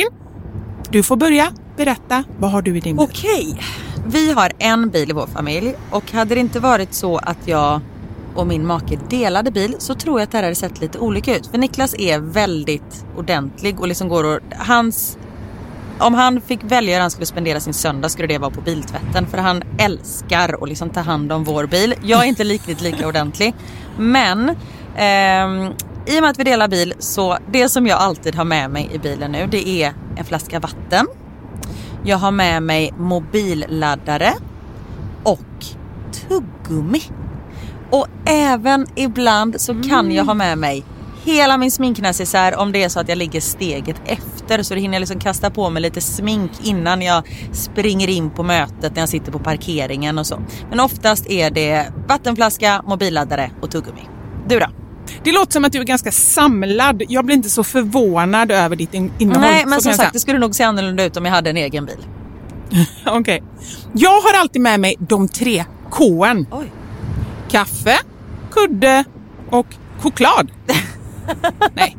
du får börja berätta, vad har du i din bil? Okej, vi har en bil i vår familj, och hade det inte varit så att jag och min make delade bil, så tror jag att det här hade sett lite olika ut. För Niklas är väldigt ordentlig och liksom går och hans... Om han fick välja hur han skulle spendera sin söndag, skulle det vara på biltvätten. För han älskar att liksom ta hand om vår bil. Jag är inte riktigt lika ordentlig. Men eh, i och med att vi delar bil, så det som jag alltid har med mig i bilen nu, det är en flaska vatten. Jag har med mig mobilladdare och tuggummi. Och även ibland så kan mm. jag ha med mig hela min sminknäsisär om det är så att jag ligger steget efter, så det hinner jag liksom kasta på mig lite smink innan jag springer in på mötet när jag sitter på parkeringen och så. Men oftast är det vattenflaska, mobilladdare och tuggummi. Du då? Det låter som att du är ganska samlad. Jag blir inte så förvånad över ditt innehåll. Nej, men som sagt, det skulle nog se annorlunda ut om jag hade en egen bil. Okej. Okay. Jag har alltid med mig de tre K:n. Oj. Kaffe, kudde och choklad. Nej.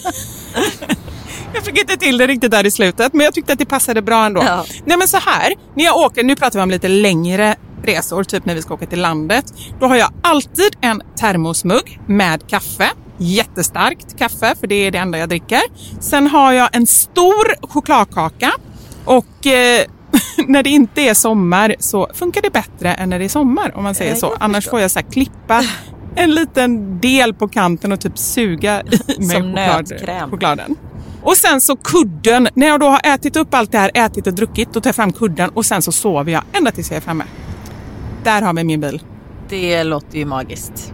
Jag fick inte till det riktigt där i slutet, men jag tyckte att det passade bra ändå. Ja. Nej, men så här, när jag åker, nu pratar vi om lite längre resor, typ när vi ska åka till landet, då har jag alltid en termosmugg med kaffe. Jättestarkt kaffe, för det är det enda jag dricker. Sen har jag en stor chokladkaka, och eh, när det inte är sommar så funkar det bättre än när det är sommar, om man säger jag så. Annars får jag så här klippa en liten del på kanten och typ suga i med choklad, chokladen. Och sen så kudden. När jag då har ätit upp allt det här, ätit och druckit, då tar jag fram kudden och sen så sover jag ända tills jag är framme. Där har vi min bil. Det låter ju magiskt.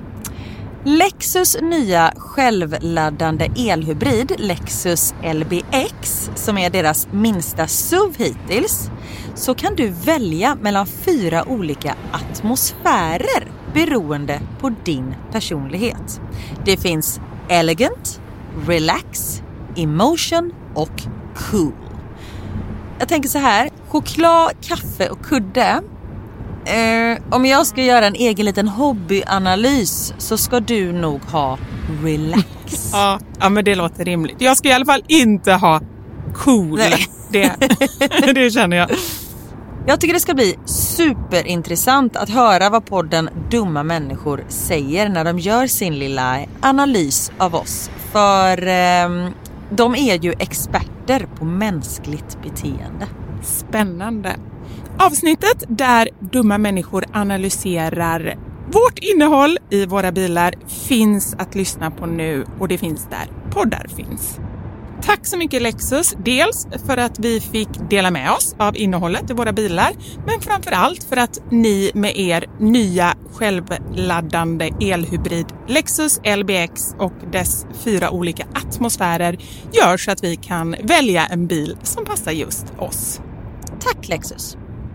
Lexus nya självladdande elhybrid Lexus L B X, som är deras minsta S U V hittills, så kan du välja mellan fyra olika atmosfärer beroende på din personlighet. Det finns elegant, relax, emotion och cool. Jag tänker så här, choklad, kaffe och kudde. Eh, om jag ska göra en egen liten hobbyanalys, så ska du nog ha relax. Ja, ja, men det låter rimligt. Jag ska i alla fall inte ha cool. Det, det känner jag. Jag tycker det ska bli superintressant att höra vad podden Dumma människor säger när de gör sin lilla analys av oss. För eh, de är ju experter på mänskligt beteende. Spännande. Avsnittet där dumma människor analyserar vårt innehåll i våra bilar finns att lyssna på nu och det finns där poddar finns. Tack så mycket Lexus, dels för att vi fick dela med oss av innehållet i våra bilar, men framförallt för att ni med er nya självladdande elhybrid Lexus L B X och dess fyra olika atmosfärer gör så att vi kan välja en bil som passar just oss. Tack Lexus!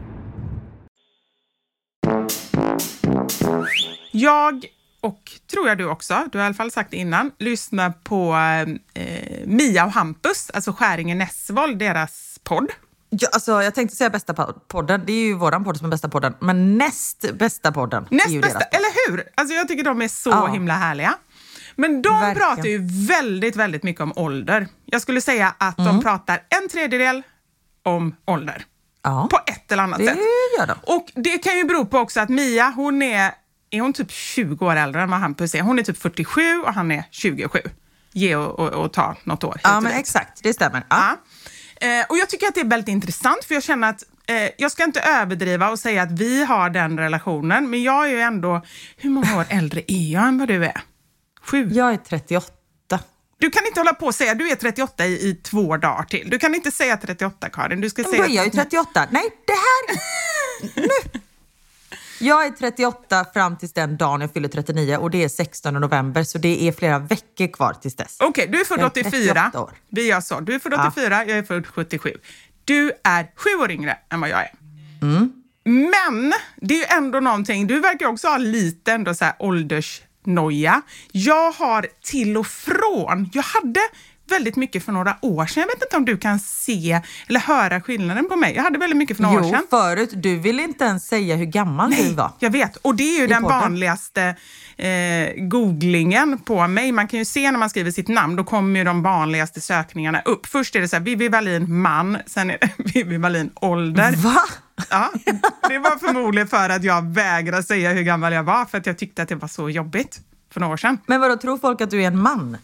Jag, och tror jag du också, du har i alla fall sagt det innan, lyssna på eh, Mia och Hampus, alltså Skäringen Näsvold, deras podd. Ja, alltså, jag tänkte säga bästa podden, det är ju våran podd som är bästa podden, men näst bästa podden näst är ju bästa, deras. eller hur? Alltså jag tycker de är så ja. himla härliga. Men de Verkligen. pratar ju väldigt, väldigt mycket om ålder. Jag skulle säga att Mm. de pratar en tredjedel om ålder. Ja. På ett eller annat det sätt. Gör de. Och det kan ju bero på också att Mia, hon är, är hon typ tjugo år äldre än vad Hampus är. Hon är typ fyrtiosju och han är tjugosju. Ge och, och, och ta något år. Ja, men exakt. Det stämmer. Ja. Ja. Eh, och jag tycker att det är väldigt intressant för jag känner att eh, jag ska inte överdriva och säga att vi har den relationen. Men jag är ju ändå, hur många år äldre är jag än vad du är? Sju? Jag är trettioåtta. Du kan inte hålla på och säga du är trettioåtta i, i två dagar till. Du kan inte säga trettioåtta, Karin. Du ska Men säga då är jag ju trettioåtta. Nej, det här... nu! Jag är trettioåtta fram tills den dagen jag fyller trettionio och det är sextonde november så det är flera veckor kvar tills dess. Okej, okay, du är född jag är åttiofyra. år. Vi gör så. Du är född åttiofyra, ja. Jag är född sjuttiosju. Du är sju år yngre än vad jag är. Mm. Men det är ju ändå någonting, du verkar också ha lite ändå så här åldersnoja. Jag har till och från, jag hade väldigt mycket för några år sedan. Jag vet inte om du kan se eller höra skillnaden på mig. Jag hade väldigt mycket för några jo, år sedan. förut. Du ville inte ens säga hur gammal Nej, du var. Jag vet. Och det är ju I den podden. vanligaste eh, googlingen på mig. Man kan ju se när man skriver sitt namn, då kommer ju de vanligaste sökningarna upp. Först är det så här, Vivi Wallin man, sen är det Vivi Wallin ålder. Va? Ja, det var förmodligen för att jag vägrade säga hur gammal jag var, för att jag tyckte att det var så jobbigt för några år sedan. Men vadå, tror folk att du är en man?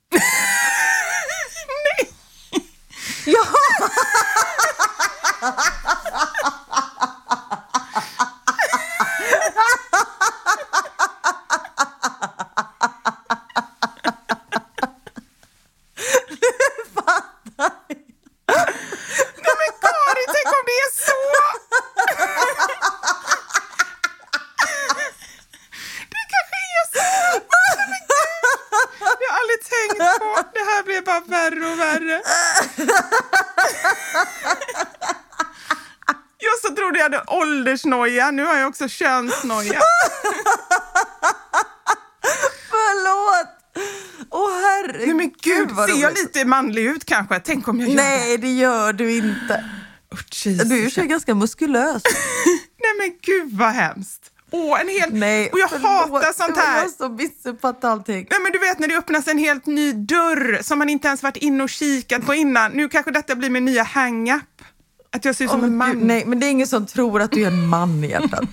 Nej! Ja! Nej men Karin, tänk om det är så! Det kanske är så! Men Gud, jag har aldrig tänkt på. Det här blir bara värre och värre. Jag så trodde jag hade åldersnoja, nu har jag också könsnoja. Förlåt! Åh oh, herregud. Nej men Gud, vad ser jag roligt. lite manlig ut kanske? Tänk om jag gör Nej, det. det gör du inte. Oh, Jesus. Du är ju ganska muskulös. Nej men Gud vad hemskt. Åh, en hel... Nej, och jag förlåt. hatar sånt här. Jag har så missuppfattat allting. Nej men du vet när det öppnas en helt ny dörr som man inte ens varit inne och kikat på innan. Nu kanske detta blir min nya hang-up. Att jag ser ut som oh, en man. Gud, nej, men det är ingen som tror att du är en man i hjärtat.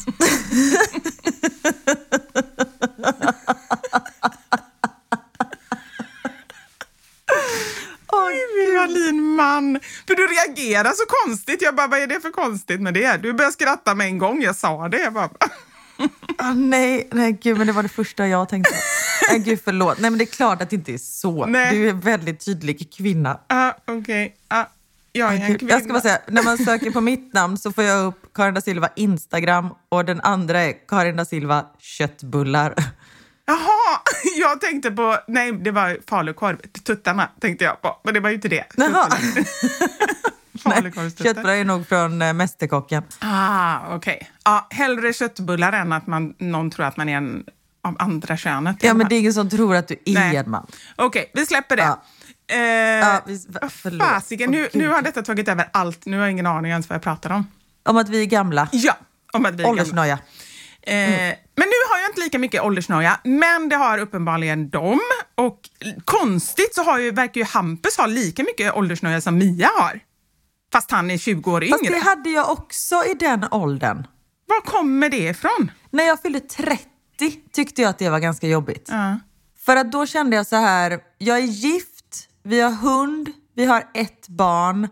Åh Vivi Wallin man. För du reagerar så konstigt. Jag bara, vad är det för konstigt med det? Du började skratta med en gång. Jag sa det. Jag bara... oh, nej, nej gud, men det var det första jag tänkte. Nej gud, förlåt. Nej men det är klart att det inte är så. Nej. Du är en väldigt tydlig kvinna. Ah, okej. Okay. Ah, jag är oh, en gud. kvinna. Jag ska bara säga, när man söker på mitt namn så får jag upp Karin da Silva Instagram och den andra är Karin da Silva köttbullar. Jaha, jag tänkte på, nej det var falukorv, tuttarna tänkte jag på, men det var ju inte det. Jaha. Falukorvstuttar. Köttbullar är nog från äh, Mästerkocken. Ah, okej. Okay. Ja, hellre köttbullar än att man, någon tror att man är en av andra könet. Ja, men det är ingen som tror att du är nej. en man. Okej, okay, vi släpper det. Ja. Eh, ja, vi, förlåt. Fasiken, nu, nu har detta tagit över allt. Nu har jag ingen aning ens vad jag pratar om. Om att vi är gamla? Ja, om att vi är åldersnoja. gamla. Mm. Men nu har jag inte lika mycket åldersnoja, men det har uppenbarligen dem. Och konstigt så har ju, verkar ju Hampus ha lika mycket åldersnoja som Mia har. Fast han är tjugo år yngre. Fast det hade jag också i den åldern. Var kommer det ifrån? När jag fyllde trettio tyckte jag att det var ganska jobbigt. Uh. För att då kände jag så här, jag är gift, vi har hund, vi har ett barn.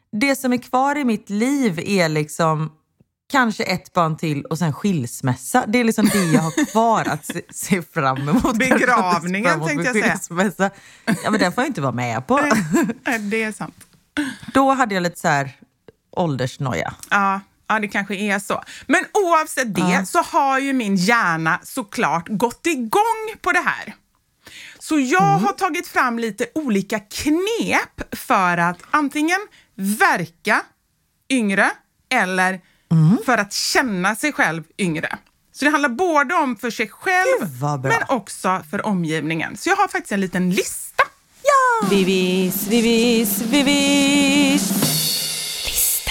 det som är kvar i mitt liv är liksom kanske ett barn till och sen skilsmässa. Det är liksom det jag har kvar att se, se fram emot. Begravningen fram emot tänkte jag säga. Ja, men den får jag inte vara med på. Nej, det är sant. Då hade jag lite så här åldersnoja. Ja, ja, det kanske är så. Men oavsett det ja. så har ju min hjärna såklart gått igång på det här. Så jag mm. har tagit fram lite olika knep för att antingen verka yngre eller mm. för att känna sig själv yngre. Så det handlar både om för sig själv men också för omgivningen. Så jag har faktiskt en liten lista. Ja! Vivis, vivis, vivis. Lista.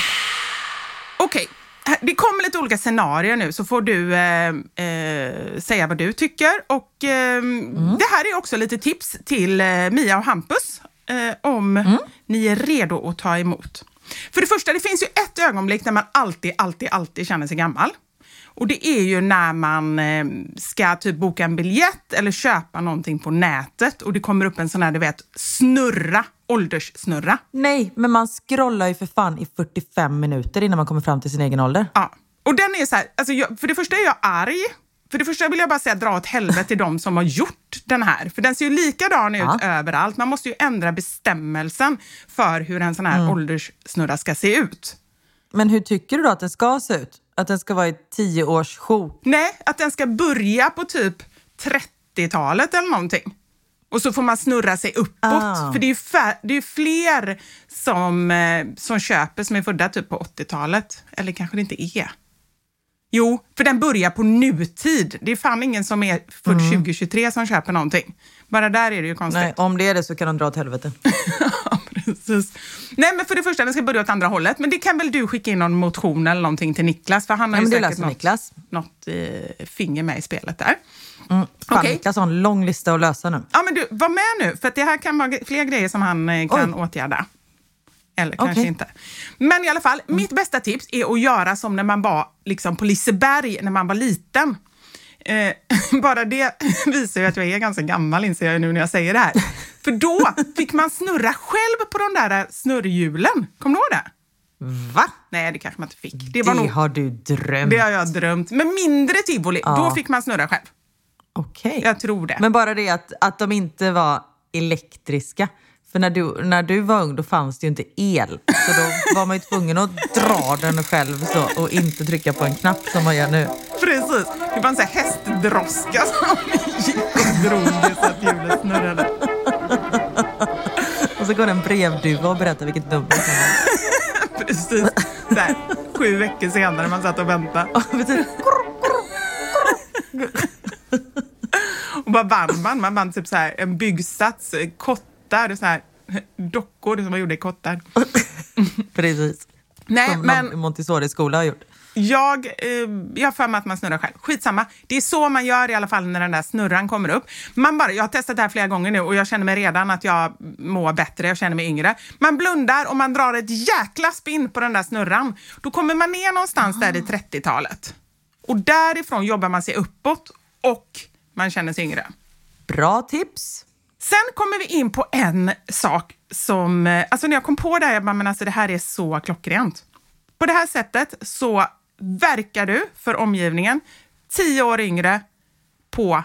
Okej, okay. Det kommer lite olika scenarier nu så får du eh, eh, säga vad du tycker. Och eh, mm. det här är också lite tips till eh, Mia och Hampus eh, om mm. ni är redo att ta emot. För det första, det finns ju ett ögonblick när man alltid, alltid, alltid känner sig gammal. Och det är ju när man eh, ska typ boka en biljett eller köpa någonting på nätet. Och det kommer upp en sån här, du vet, snurra, ålderssnurra. Nej, men man scrollar ju för fan i fyrtiofem minuter innan man kommer fram till sin egen ålder. Ja, och den är så här, alltså jag, för det första är jag arg. För det första vill jag bara säga dra åt helvete till de som har gjort den här. För den ser ju likadan ut ja. överallt. Man måste ju ändra bestämmelsen för hur en sån här mm. ålderssnurra ska se ut. Men hur tycker du då att den ska se ut? Att den ska vara i tio års sjok? Nej, att den ska börja på typ trettiotalet eller någonting. Och så får man snurra sig uppåt. Ah. För det är ju fär- det är fler som, eh, som köper som är födda typ på åttiotalet. Eller kanske det inte är. Jo, för den börjar på nutid. Det är fan ingen som är född mm. tjugo tjugotre som köper någonting. Bara där är det ju konstigt. Nej, om det är det så kan de dra åt helvete. Ja, precis. Nej, men för det första, den ska börja åt andra hållet. Men det kan väl du skicka in någon motion eller någonting till Niklas? För han har ja, ju säkert något, Niklas. något eh, finger med i spelet där. Mm. Fan, okay. Niklas har en lång lista att lösa nu. Ja, men du, var med nu. För att det här kan vara fler grejer som han eh, kan Oj. åtgärda. Eller kanske okay. inte. Men i alla fall, mm. mitt bästa tips är att göra som när man var liksom på Liseberg när man var liten. Eh, bara det visar ju att jag är ganska gammal, inser jag nu när jag säger det här. För då fick man snurra själv på de där snurrhjulen. Kommer du ihåg det? Va? Nej, det kanske man inte fick. Det, det var nog, har du drömt. Det har jag drömt. Men mindre tivoli, ja. då fick man snurra själv. Okej. Okay. Jag tror det. Men bara det att, att de inte var elektriska. För när du, när du var ung då fanns det ju inte el. Så då var man ju tvungen att dra den själv så, och inte trycka på en knapp som man gör nu. Precis. Det var en sån här hästdroska som gick och drog så att hjulet snurrade. Och så går en brevduva och berättar vilket nummer det var. Precis. Där, sju veckor senare man satt och väntade. Och bara vann man. Man vann typ så här en byggsats, kottar, så här dockor som man gjorde i kottar. Precis. Nej, som men Montessori-skola har gjort. Jag, eh, jag har för mig att man snurrar själv. Skitsamma. Det är så man gör i alla fall när den där snurran kommer upp. Man bara, jag har testat det här flera gånger nu och jag känner mig redan att jag mår bättre. Jag känner mig yngre. Man blundar och man drar ett jäkla spinn på den där snurran. Då kommer man ner någonstans där i trettiotalet. Och därifrån jobbar man sig uppåt och man känner sig yngre. Bra tips. Sen kommer vi in på en sak som, alltså när jag kom på det här, jag bara, men alltså det här är så klockrent. På det här sättet så verkar du för omgivningen tio år yngre på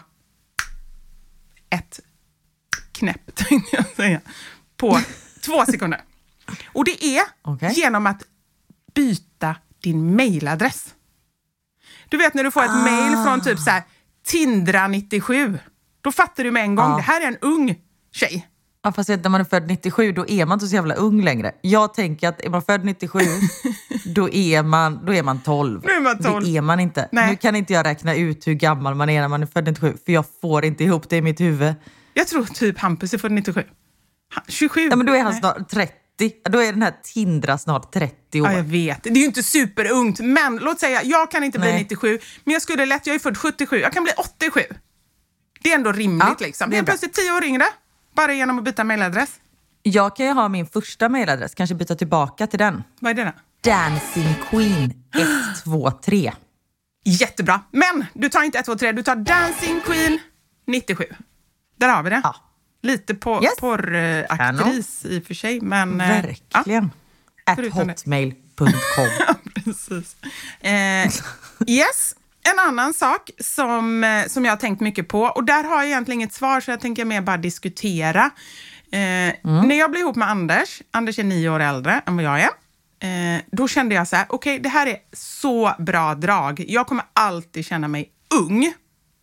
ett knäpp, tänkte jag säga, på två sekunder. Och det är okay. genom att byta din mailadress. Du vet när du får ett ah. mail från typ så här Tindra nittiosju. Då fattar du med en gång, ja. det här är en ung tjej. Ja, fast när man är född nittiosju, då är man inte så jävla ung längre. Jag tänker att är man född nittiosju, då är man, då är man tolv. Då är man tolv. Det är man inte. Nej. Nu kan inte jag räkna ut hur gammal man är när man är född nittiosju, för jag får inte ihop det i mitt huvud. Jag tror typ Hampus är född nittiosju. tjugosju. Ja, men då är han snart trettio. Då är den här Tindra snart trettio år. Ja, jag vet. Det är ju inte superungt. Men låt säga, jag kan inte bli Nej. nittiosju. Men jag skulle lätt, jag är född sjuttiosju. Jag kan bli åttiosju. Det är ändå rimligt ja, liksom. Det är plötsligt tio år yngre. Bara genom att byta mailadress. Jag kan ju ha min första mailadress. Kanske byta tillbaka till den. Vad är det då? Dancing Queen ett två tre. Jättebra. Men du tar inte ett två tre. Du tar Dancing Queen nittiosju. Där har vi det. Ja. Lite på yes. porraktris i och för sig. Men, verkligen. at hotmail punkt com. Ja, precis. Eh, yes. En annan sak som, som jag har tänkt mycket på, och där har jag egentligen inget svar så jag tänker mer bara diskutera. Eh, mm. När jag blev ihop med Anders, Anders är nio år äldre än vad jag är, eh, då kände jag så här, okej, okay, det här är så bra drag. Jag kommer alltid känna mig ung.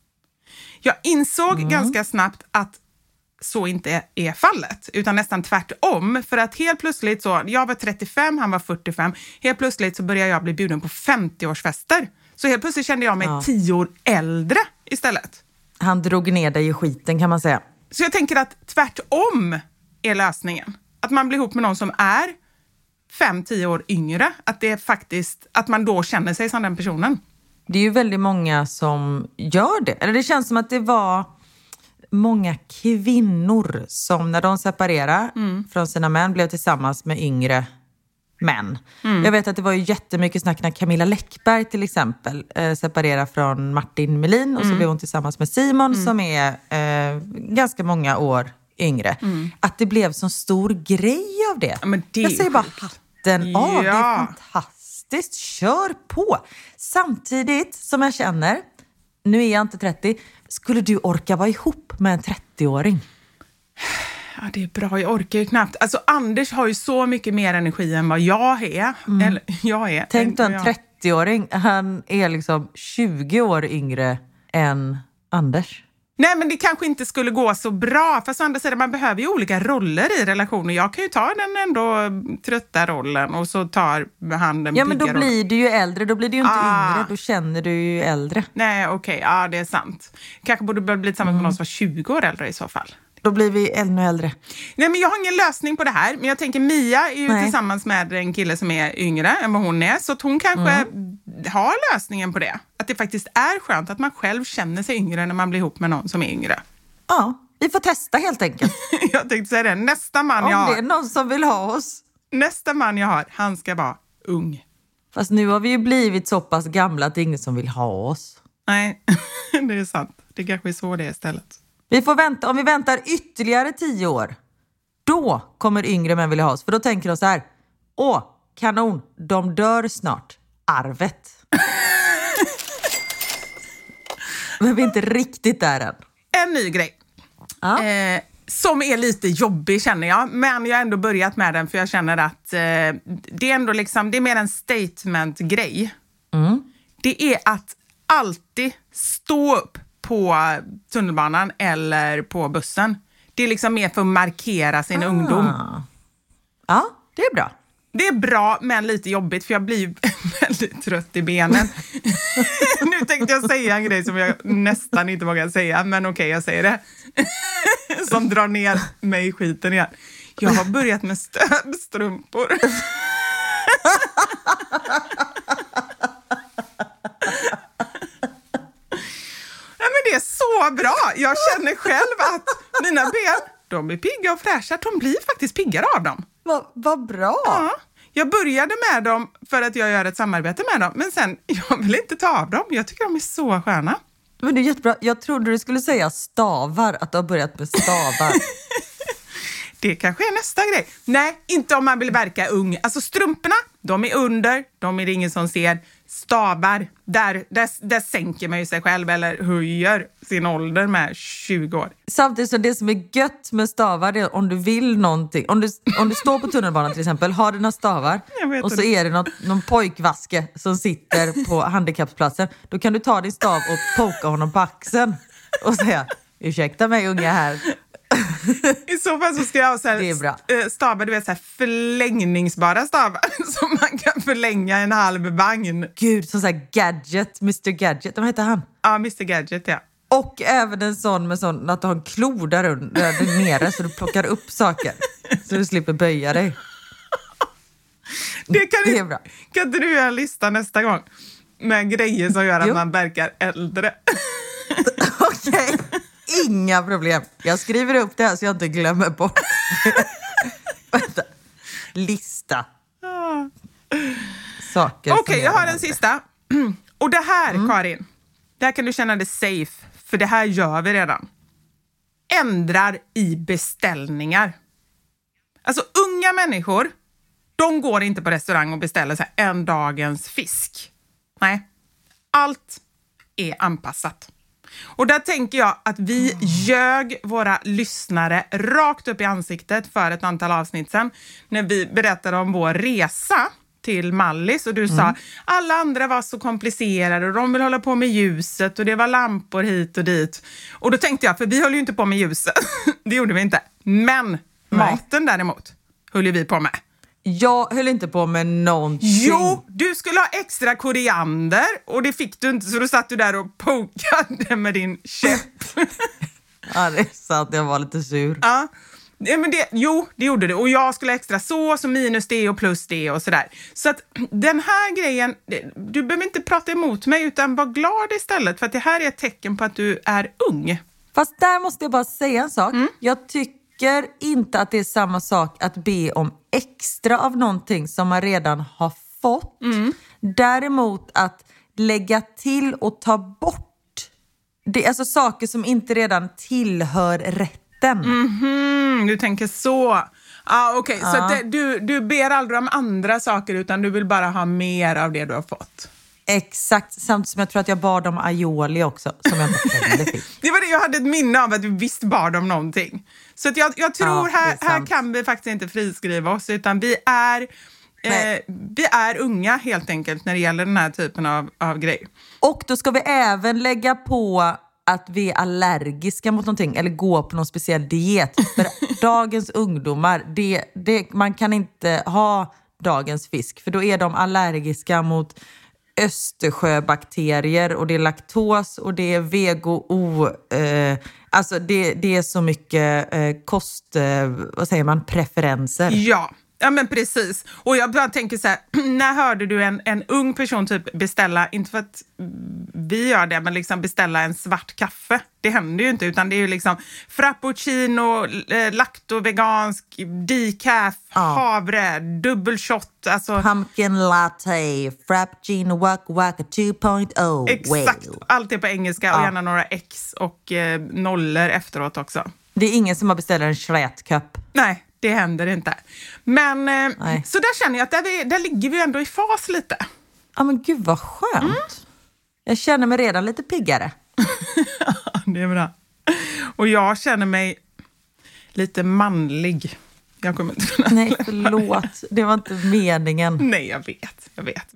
Jag insåg mm. ganska snabbt att så inte är fallet, utan nästan tvärtom. För att helt plötsligt så, jag var trettiofem, han var fyrtiofem, helt plötsligt så började jag bli bjuden på femtio-årsfester. Så helt plötsligt kände jag mig ja. tio år äldre istället. Han drog ner dig i skiten kan man säga. Så jag tänker att tvärtom är lösningen. Att man blir ihop med någon som är fem till tio år yngre. Att det är faktiskt, att man då känner sig som den personen. Det är ju väldigt många som gör det. Eller det känns som att det var många kvinnor som när de separerade mm. från sina män blev tillsammans med yngre män. Mm. Jag vet att det var ju jättemycket snack när Camilla Läckberg till exempel eh, separerade från Martin Melin och mm. så blev hon tillsammans med Simon mm. som är eh, ganska många år yngre. Mm. Att det blev så stor grej av det. Men det jag säger bara hatten av, ja. det är fantastiskt. Kör på! Samtidigt som jag känner, nu är jag inte trettio, skulle du orka vara ihop med en trettio-åring? Ja, det är bra. Jag orkar ju knappt. Alltså, Anders har ju så mycket mer energi än vad jag är. Mm. Eller, jag är. Tänk dig en trettio-åring. Han är liksom tjugo år yngre än Anders. Nej, men det kanske inte skulle gå så bra. Fast å andra sidan, man behöver ju olika roller i relationer. Jag kan ju ta den ändå trötta rollen och så tar han den Ja, men då rollen. blir du ju äldre. Då blir du ju inte ah. yngre. Då känner du ju äldre. Nej, okej. Okay. Ja, det är sant. Kanske borde börja bli tillsammans mm. med någon som var tjugo år äldre i så fall. Då blir vi ännu äldre. Nej, men jag har ingen lösning på det här. Men jag tänker, Mia är ju Nej. tillsammans med en kille som är yngre än vad hon är. Så att hon kanske mm. har lösningen på det. Att det faktiskt är skönt att man själv känner sig yngre när man blir ihop med någon som är yngre. Ja, vi får testa helt enkelt. Jag tänkte säga det. Nästa man Om jag har... Om det är någon som vill ha oss. Nästa man jag har, han ska vara ung. Fast nu har vi ju blivit så pass gamla att det är ingen som vill ha oss. Nej, det är sant. Det kanske är så det är istället. Vi får vänta, om vi väntar ytterligare tio år, då kommer yngre män vilja ha oss. För då tänker de så här, åh, kanon, de dör snart. Arvet. Men vi är inte riktigt där än. En ny grej. Ah. Eh, som är lite jobbig känner jag. Men jag har ändå börjat med den för jag känner att eh, det är ändå liksom, det är mer en statement-grej. Mm. Det är att alltid stå upp på tunnelbanan eller på bussen. Det är liksom mer för att markera sin ah. ungdom. Ja, det är bra. Det är bra, men lite jobbigt för jag blir väldigt trött i benen. Nu tänkte jag säga en grej som jag nästan inte vågar säga, men okej, okay, jag säger det. Som drar ner mig i skiten igen. Jag har börjat med stödstrumpor. Det är så bra. Jag känner själv att mina ben, de är pigga och fräscha. De blir faktiskt piggare av dem. Vad va bra. Ja, jag började med dem för att jag gör ett samarbete med dem. Men sen, jag vill inte ta av dem. Jag tycker de är så sköna. Men det är jättebra. Jag trodde du skulle säga stavar. Att du har börjat med stavar. Det kanske är nästa grej. Nej, inte om man vill verka ung. Alltså strumporna, de är under. De är det ingen som ser. Stavar, där, där, där sänker man ju sig själv eller höjer sin ålder med tjugo år. Samtidigt så det som är gött med stavar är om du vill någonting. Om du, om du står på tunnelbanan till exempel, har dina stavar och så det. är det något, någon pojkvaske som sitter på handikappsplatsen. Då kan du ta din stav och poka honom på axeln och säga, ursäkta mig unga här. I så fall så ska jag ha så här stavar, du vet så här förlängningsbara stavar som man kan förlänga en halv vagn. Gud, som så här gadget, mister Gadget, vad heter han? Ja, mister Gadget, ja. Och även en sån med sån att du har en klo där, där nere så du plockar upp saker så du slipper böja dig. Det kan det du, är bra. Kan inte du göra en lista nästa gång med grejer som gör att jo. man verkar äldre? Okej. Okay. Inga problem. Jag skriver upp det här så jag inte glömmer bort. Vänta. Lista. Saker. Okej, okay, jag har en sista. Och det här, mm. Karin. Det här kan du känna dig safe. För det här gör vi redan. Ändrar i beställningar. Alltså unga människor De går inte på restaurang och beställer så här en dagens fisk. Nej, allt är anpassat. Och där tänker jag att vi ljög våra lyssnare rakt upp i ansiktet för ett antal avsnitt sedan när vi berättade om vår resa till Mallis och du mm. sa alla andra var så komplicerade och de vill hålla på med ljuset och det var lampor hit och dit. Och då tänkte jag, för vi höll ju inte på med ljuset, det gjorde vi inte. Men Nej. maten däremot höll ju vi på med. Jag höll inte på med någonting. Jo, du skulle ha extra koriander och det fick du inte så då satt du där och pokade med din käpp. Ja, det är sant, jag var lite sur. Ja. Men det, jo, det gjorde det. Och jag skulle ha extra sås och minus det och plus det och sådär. Så att den här grejen, du behöver inte prata emot mig utan var glad istället. För att det här är ett tecken på att du är ung. Fast där måste jag bara säga en sak. Mm. Jag tycker inte att det är samma sak att be om extra av någonting som man redan har fått. Mm. Däremot att lägga till och ta bort det, alltså saker som inte redan tillhör rätten. Mm-hmm, du tänker så. Ah, okej, okay. Ja. Så att det, du, du ber aldrig om andra saker utan du vill bara ha mer av det du har fått. Exakt, samtidigt som jag tror att jag bad om aioli också, som jag inte heller fick. Det var det, jag hade ett minne av att du visst bad om någonting. Så att jag, jag tror ja, här, här kan vi faktiskt inte friskriva oss utan vi är, eh, vi är unga helt enkelt när det gäller den här typen av, av grejer. Och då ska vi även lägga på att vi är allergiska mot någonting eller gå på någon speciell diet. För dagens ungdomar, det, det, man kan inte ha dagens fisk för då är de allergiska mot östersjöbakterier och det är laktos och det är vego-o. Eh, alltså det, det är så mycket eh, kost, eh, vad säger man, preferenser. Ja. Ja men precis. Och jag bara tänker så här, när hörde du en, en ung person typ beställa, inte för att vi gör det, men liksom beställa en svart kaffe. Det händer ju inte utan det är ju liksom frappuccino, eh, laktovegansk, decaf, ja. havre, dubbelshot. Alltså, pumpkin latte, frappuccino, wak wak två punkt noll. Exakt, wow. Allt är på engelska och ja. gärna några X och eh, nollor efteråt också. Det är ingen som har beställt en schrätcup. Nej. Det händer inte. Men eh, så där känner jag att där, vi, där ligger vi ändå i fas lite. Ja men gud vad skönt. Mm. Jag känner mig redan lite piggare. Det är bra. Och jag känner mig lite manlig. Jag kommer inte kunna Nej förlåt, det var inte meningen. Nej jag vet, jag vet.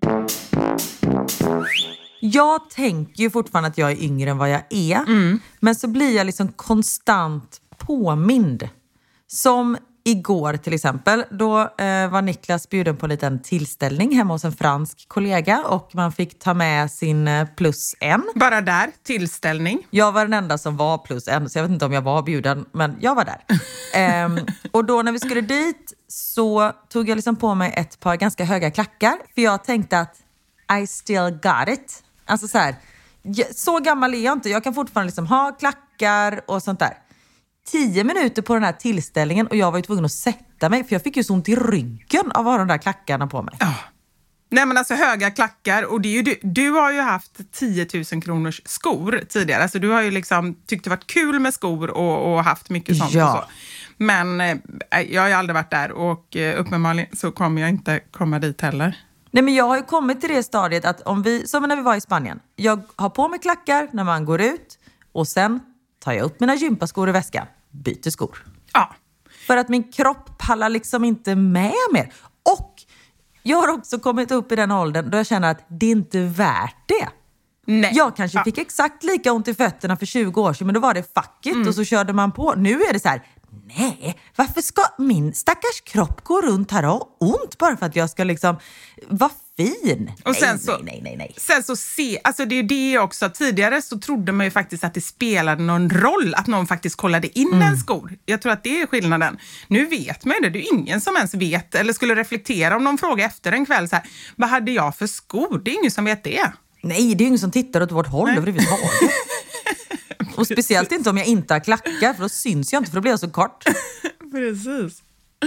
Jag tänker ju fortfarande att jag är yngre än vad jag är. Mm. Men så blir jag liksom konstant påmind. Som igår till exempel, då eh, var Niklas bjuden på en liten tillställning hemma hos en fransk kollega och man fick ta med sin eh, plus en. Bara där, tillställning. Jag var den enda som var plus en, så jag vet inte om jag var bjuden, men jag var där. ehm, och då när vi skulle dit så tog jag liksom på mig ett par ganska höga klackar, för jag tänkte att I still got it. Alltså så här, så gammal är jag inte, jag kan fortfarande liksom ha klackar och sånt där. Tio minuter på den här tillställningen och jag var ju tvungen att sätta mig för jag fick ju så ont i ryggen av att ha de där klackarna på mig. Oh. Nej men alltså höga klackar och det är ju du, du har ju haft tio tusen kronors skor tidigare. Alltså du har ju liksom tyckt det varit kul med skor och, och haft mycket sånt ja. och så. Men eh, jag har ju aldrig varit där och eh, uppenbarligen så kommer jag inte komma dit heller. Nej men jag har ju kommit till det stadiet att om vi, som när vi var i Spanien, jag har på mig klackar när man går ut och sen tar jag upp mina gympaskor i väskan, byter skor. Ja. För att min kropp pallar liksom inte med mer. Och jag har också kommit upp i den åldern då jag känner att det är inte värt det. Nej. Jag kanske ja. fick exakt lika ont i fötterna för tjugo år sedan, men då var det fuck it mm. och så körde man på. Nu är det så här, nej, varför ska min stackars kropp gå runt här och ha ont bara för att jag ska liksom vara fin? Och sen nej, så, nej, nej, nej, nej. Sen så se, alltså det är det också. Tidigare så trodde man ju faktiskt att det spelade någon roll att någon faktiskt kollade in mm. en skor. Jag tror att det är skillnaden. Nu vet man det, det är ingen som ens vet eller skulle reflektera om någon fråga efter en kväll så här, vad hade jag för skor? Det är ingen som vet det. Nej, det är ingen som tittar åt vårt håll överhuvudtaget. Och speciellt inte om jag inte har klackar, för då syns jag inte, för då blir jag så kort. Precis.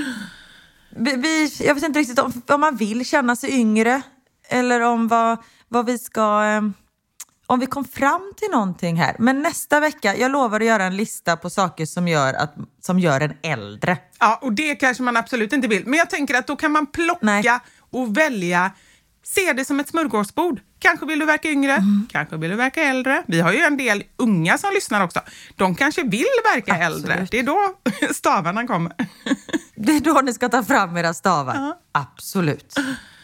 Vi, vi, jag vet inte riktigt om, om man vill känna sig yngre eller om vad, vad vi ska... om vi kom fram till någonting här. Men nästa vecka, jag lovar att göra en lista på saker som gör, att, som gör en äldre. Ja, och det kanske man absolut inte vill. Men jag tänker att då kan man plocka Nej. och välja. Se det som ett smörgåsbord. Kanske vill du verka yngre, mm. kanske vill du verka äldre. Vi har ju en del unga som lyssnar också. De kanske vill verka absolut. äldre. Det är då stavarna kommer. Det är då ni ska ta fram era stavar. Uh-huh. Absolut.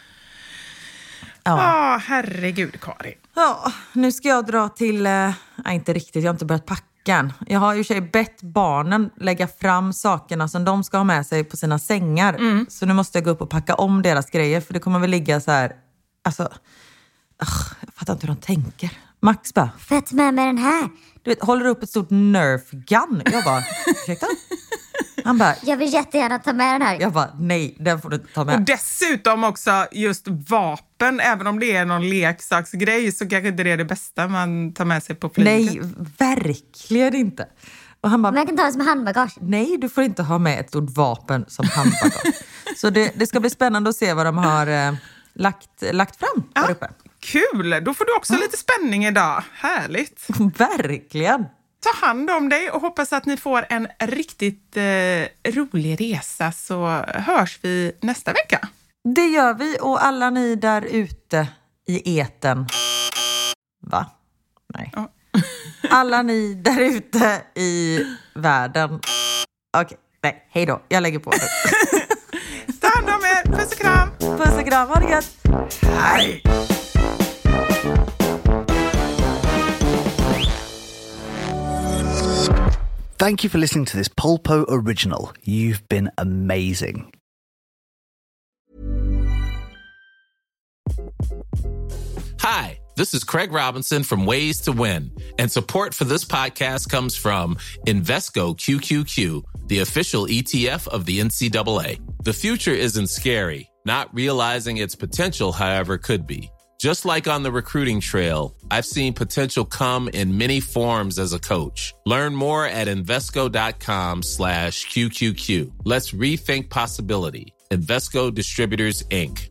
Ja, oh, herregud Karin. Ja, nu ska jag dra till... Äh, inte riktigt, jag har inte börjat packa än. Jag har ju tjej bett barnen lägga fram sakerna som de ska ha med sig på sina sängar. Mm. Så nu måste jag gå upp och packa om deras grejer. För det kommer väl ligga så här... Alltså... Uh, jag fattar inte hur de tänker. Max bara... Fett med med den här. Du vet, håller upp ett stort Nerf gun. Jag bara... Ursäkta? Han bara... Jag vill jättegärna ta med den här. Jag bara, nej, den får du ta med. Och dessutom också just vapen. Även om det är någon leksaksgrej så kanske inte det är det bästa man tar med sig på flyget. Nej, verkligen inte. Och han bara... Men jag kan ta det som handbagage. Nej, du får inte ha med ett stort vapen som handbagage. Så det, det ska bli spännande att se vad de har eh, lagt, lagt fram där ja, uppe. Kul, då får du också ja. lite spänning idag. Härligt. Verkligen. Ta hand om dig och hoppas att ni får en riktigt eh, rolig resa, så hörs vi nästa vecka. Det gör vi, och alla ni där ute i eten. Va? Nej. Ja. Alla ni där ute i världen. Okej, okay. Nej, hej då. Jag lägger på det. Ta hand om er. Puss och kram. Puss och kram, ha det gött. Hej. Thank you for listening to this Polpo original. You've been amazing. Hi, this is Craig Robinson from Ways to Win, and support for this podcast comes from Invesco Q Q Q, the official E T F of the N C double A. The future isn't scary. Not realizing its potential, however, could be. Just like on the recruiting trail, I've seen potential come in many forms as a coach. Learn more at Invesco.com slash QQQ. Let's rethink possibility. Invesco Distributors, Incorporated.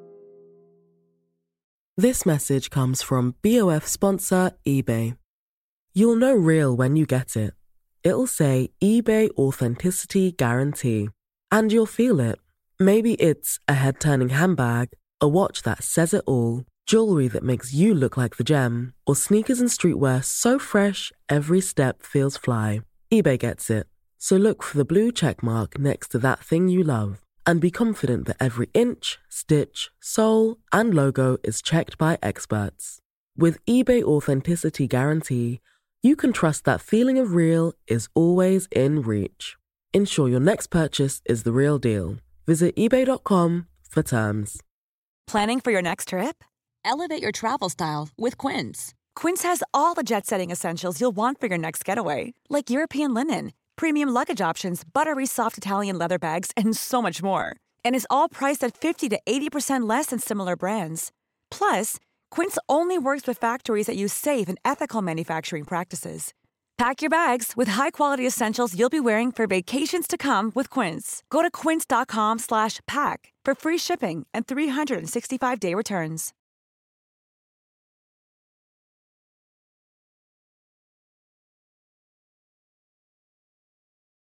This message comes from B O F sponsor eBay. You'll know real when you get it. It'll say eBay Authenticity Guarantee. And you'll feel it. Maybe it's a head-turning handbag, a watch that says it all, jewelry that makes you look like the gem, or sneakers and streetwear so fresh every step feels fly. eBay gets it. So look for the blue check mark next to that thing you love and be confident that every inch, stitch, sole, and logo is checked by experts. With eBay Authenticity Guarantee, you can trust that feeling of real is always in reach. Ensure your next purchase is the real deal. Visit ebay dot com for terms. Planning for your next trip? Elevate your travel style with Quince. Quince has all the jet-setting essentials you'll want for your next getaway, like European linen, premium luggage options, buttery soft Italian leather bags, and so much more. And is all priced at fifty to eighty percent less than similar brands. Plus, Quince only works with factories that use safe and ethical manufacturing practices. Pack your bags with high-quality essentials you'll be wearing for vacations to come with Quince. Go to quince dot com slash pack for free shipping and three sixty-five day returns.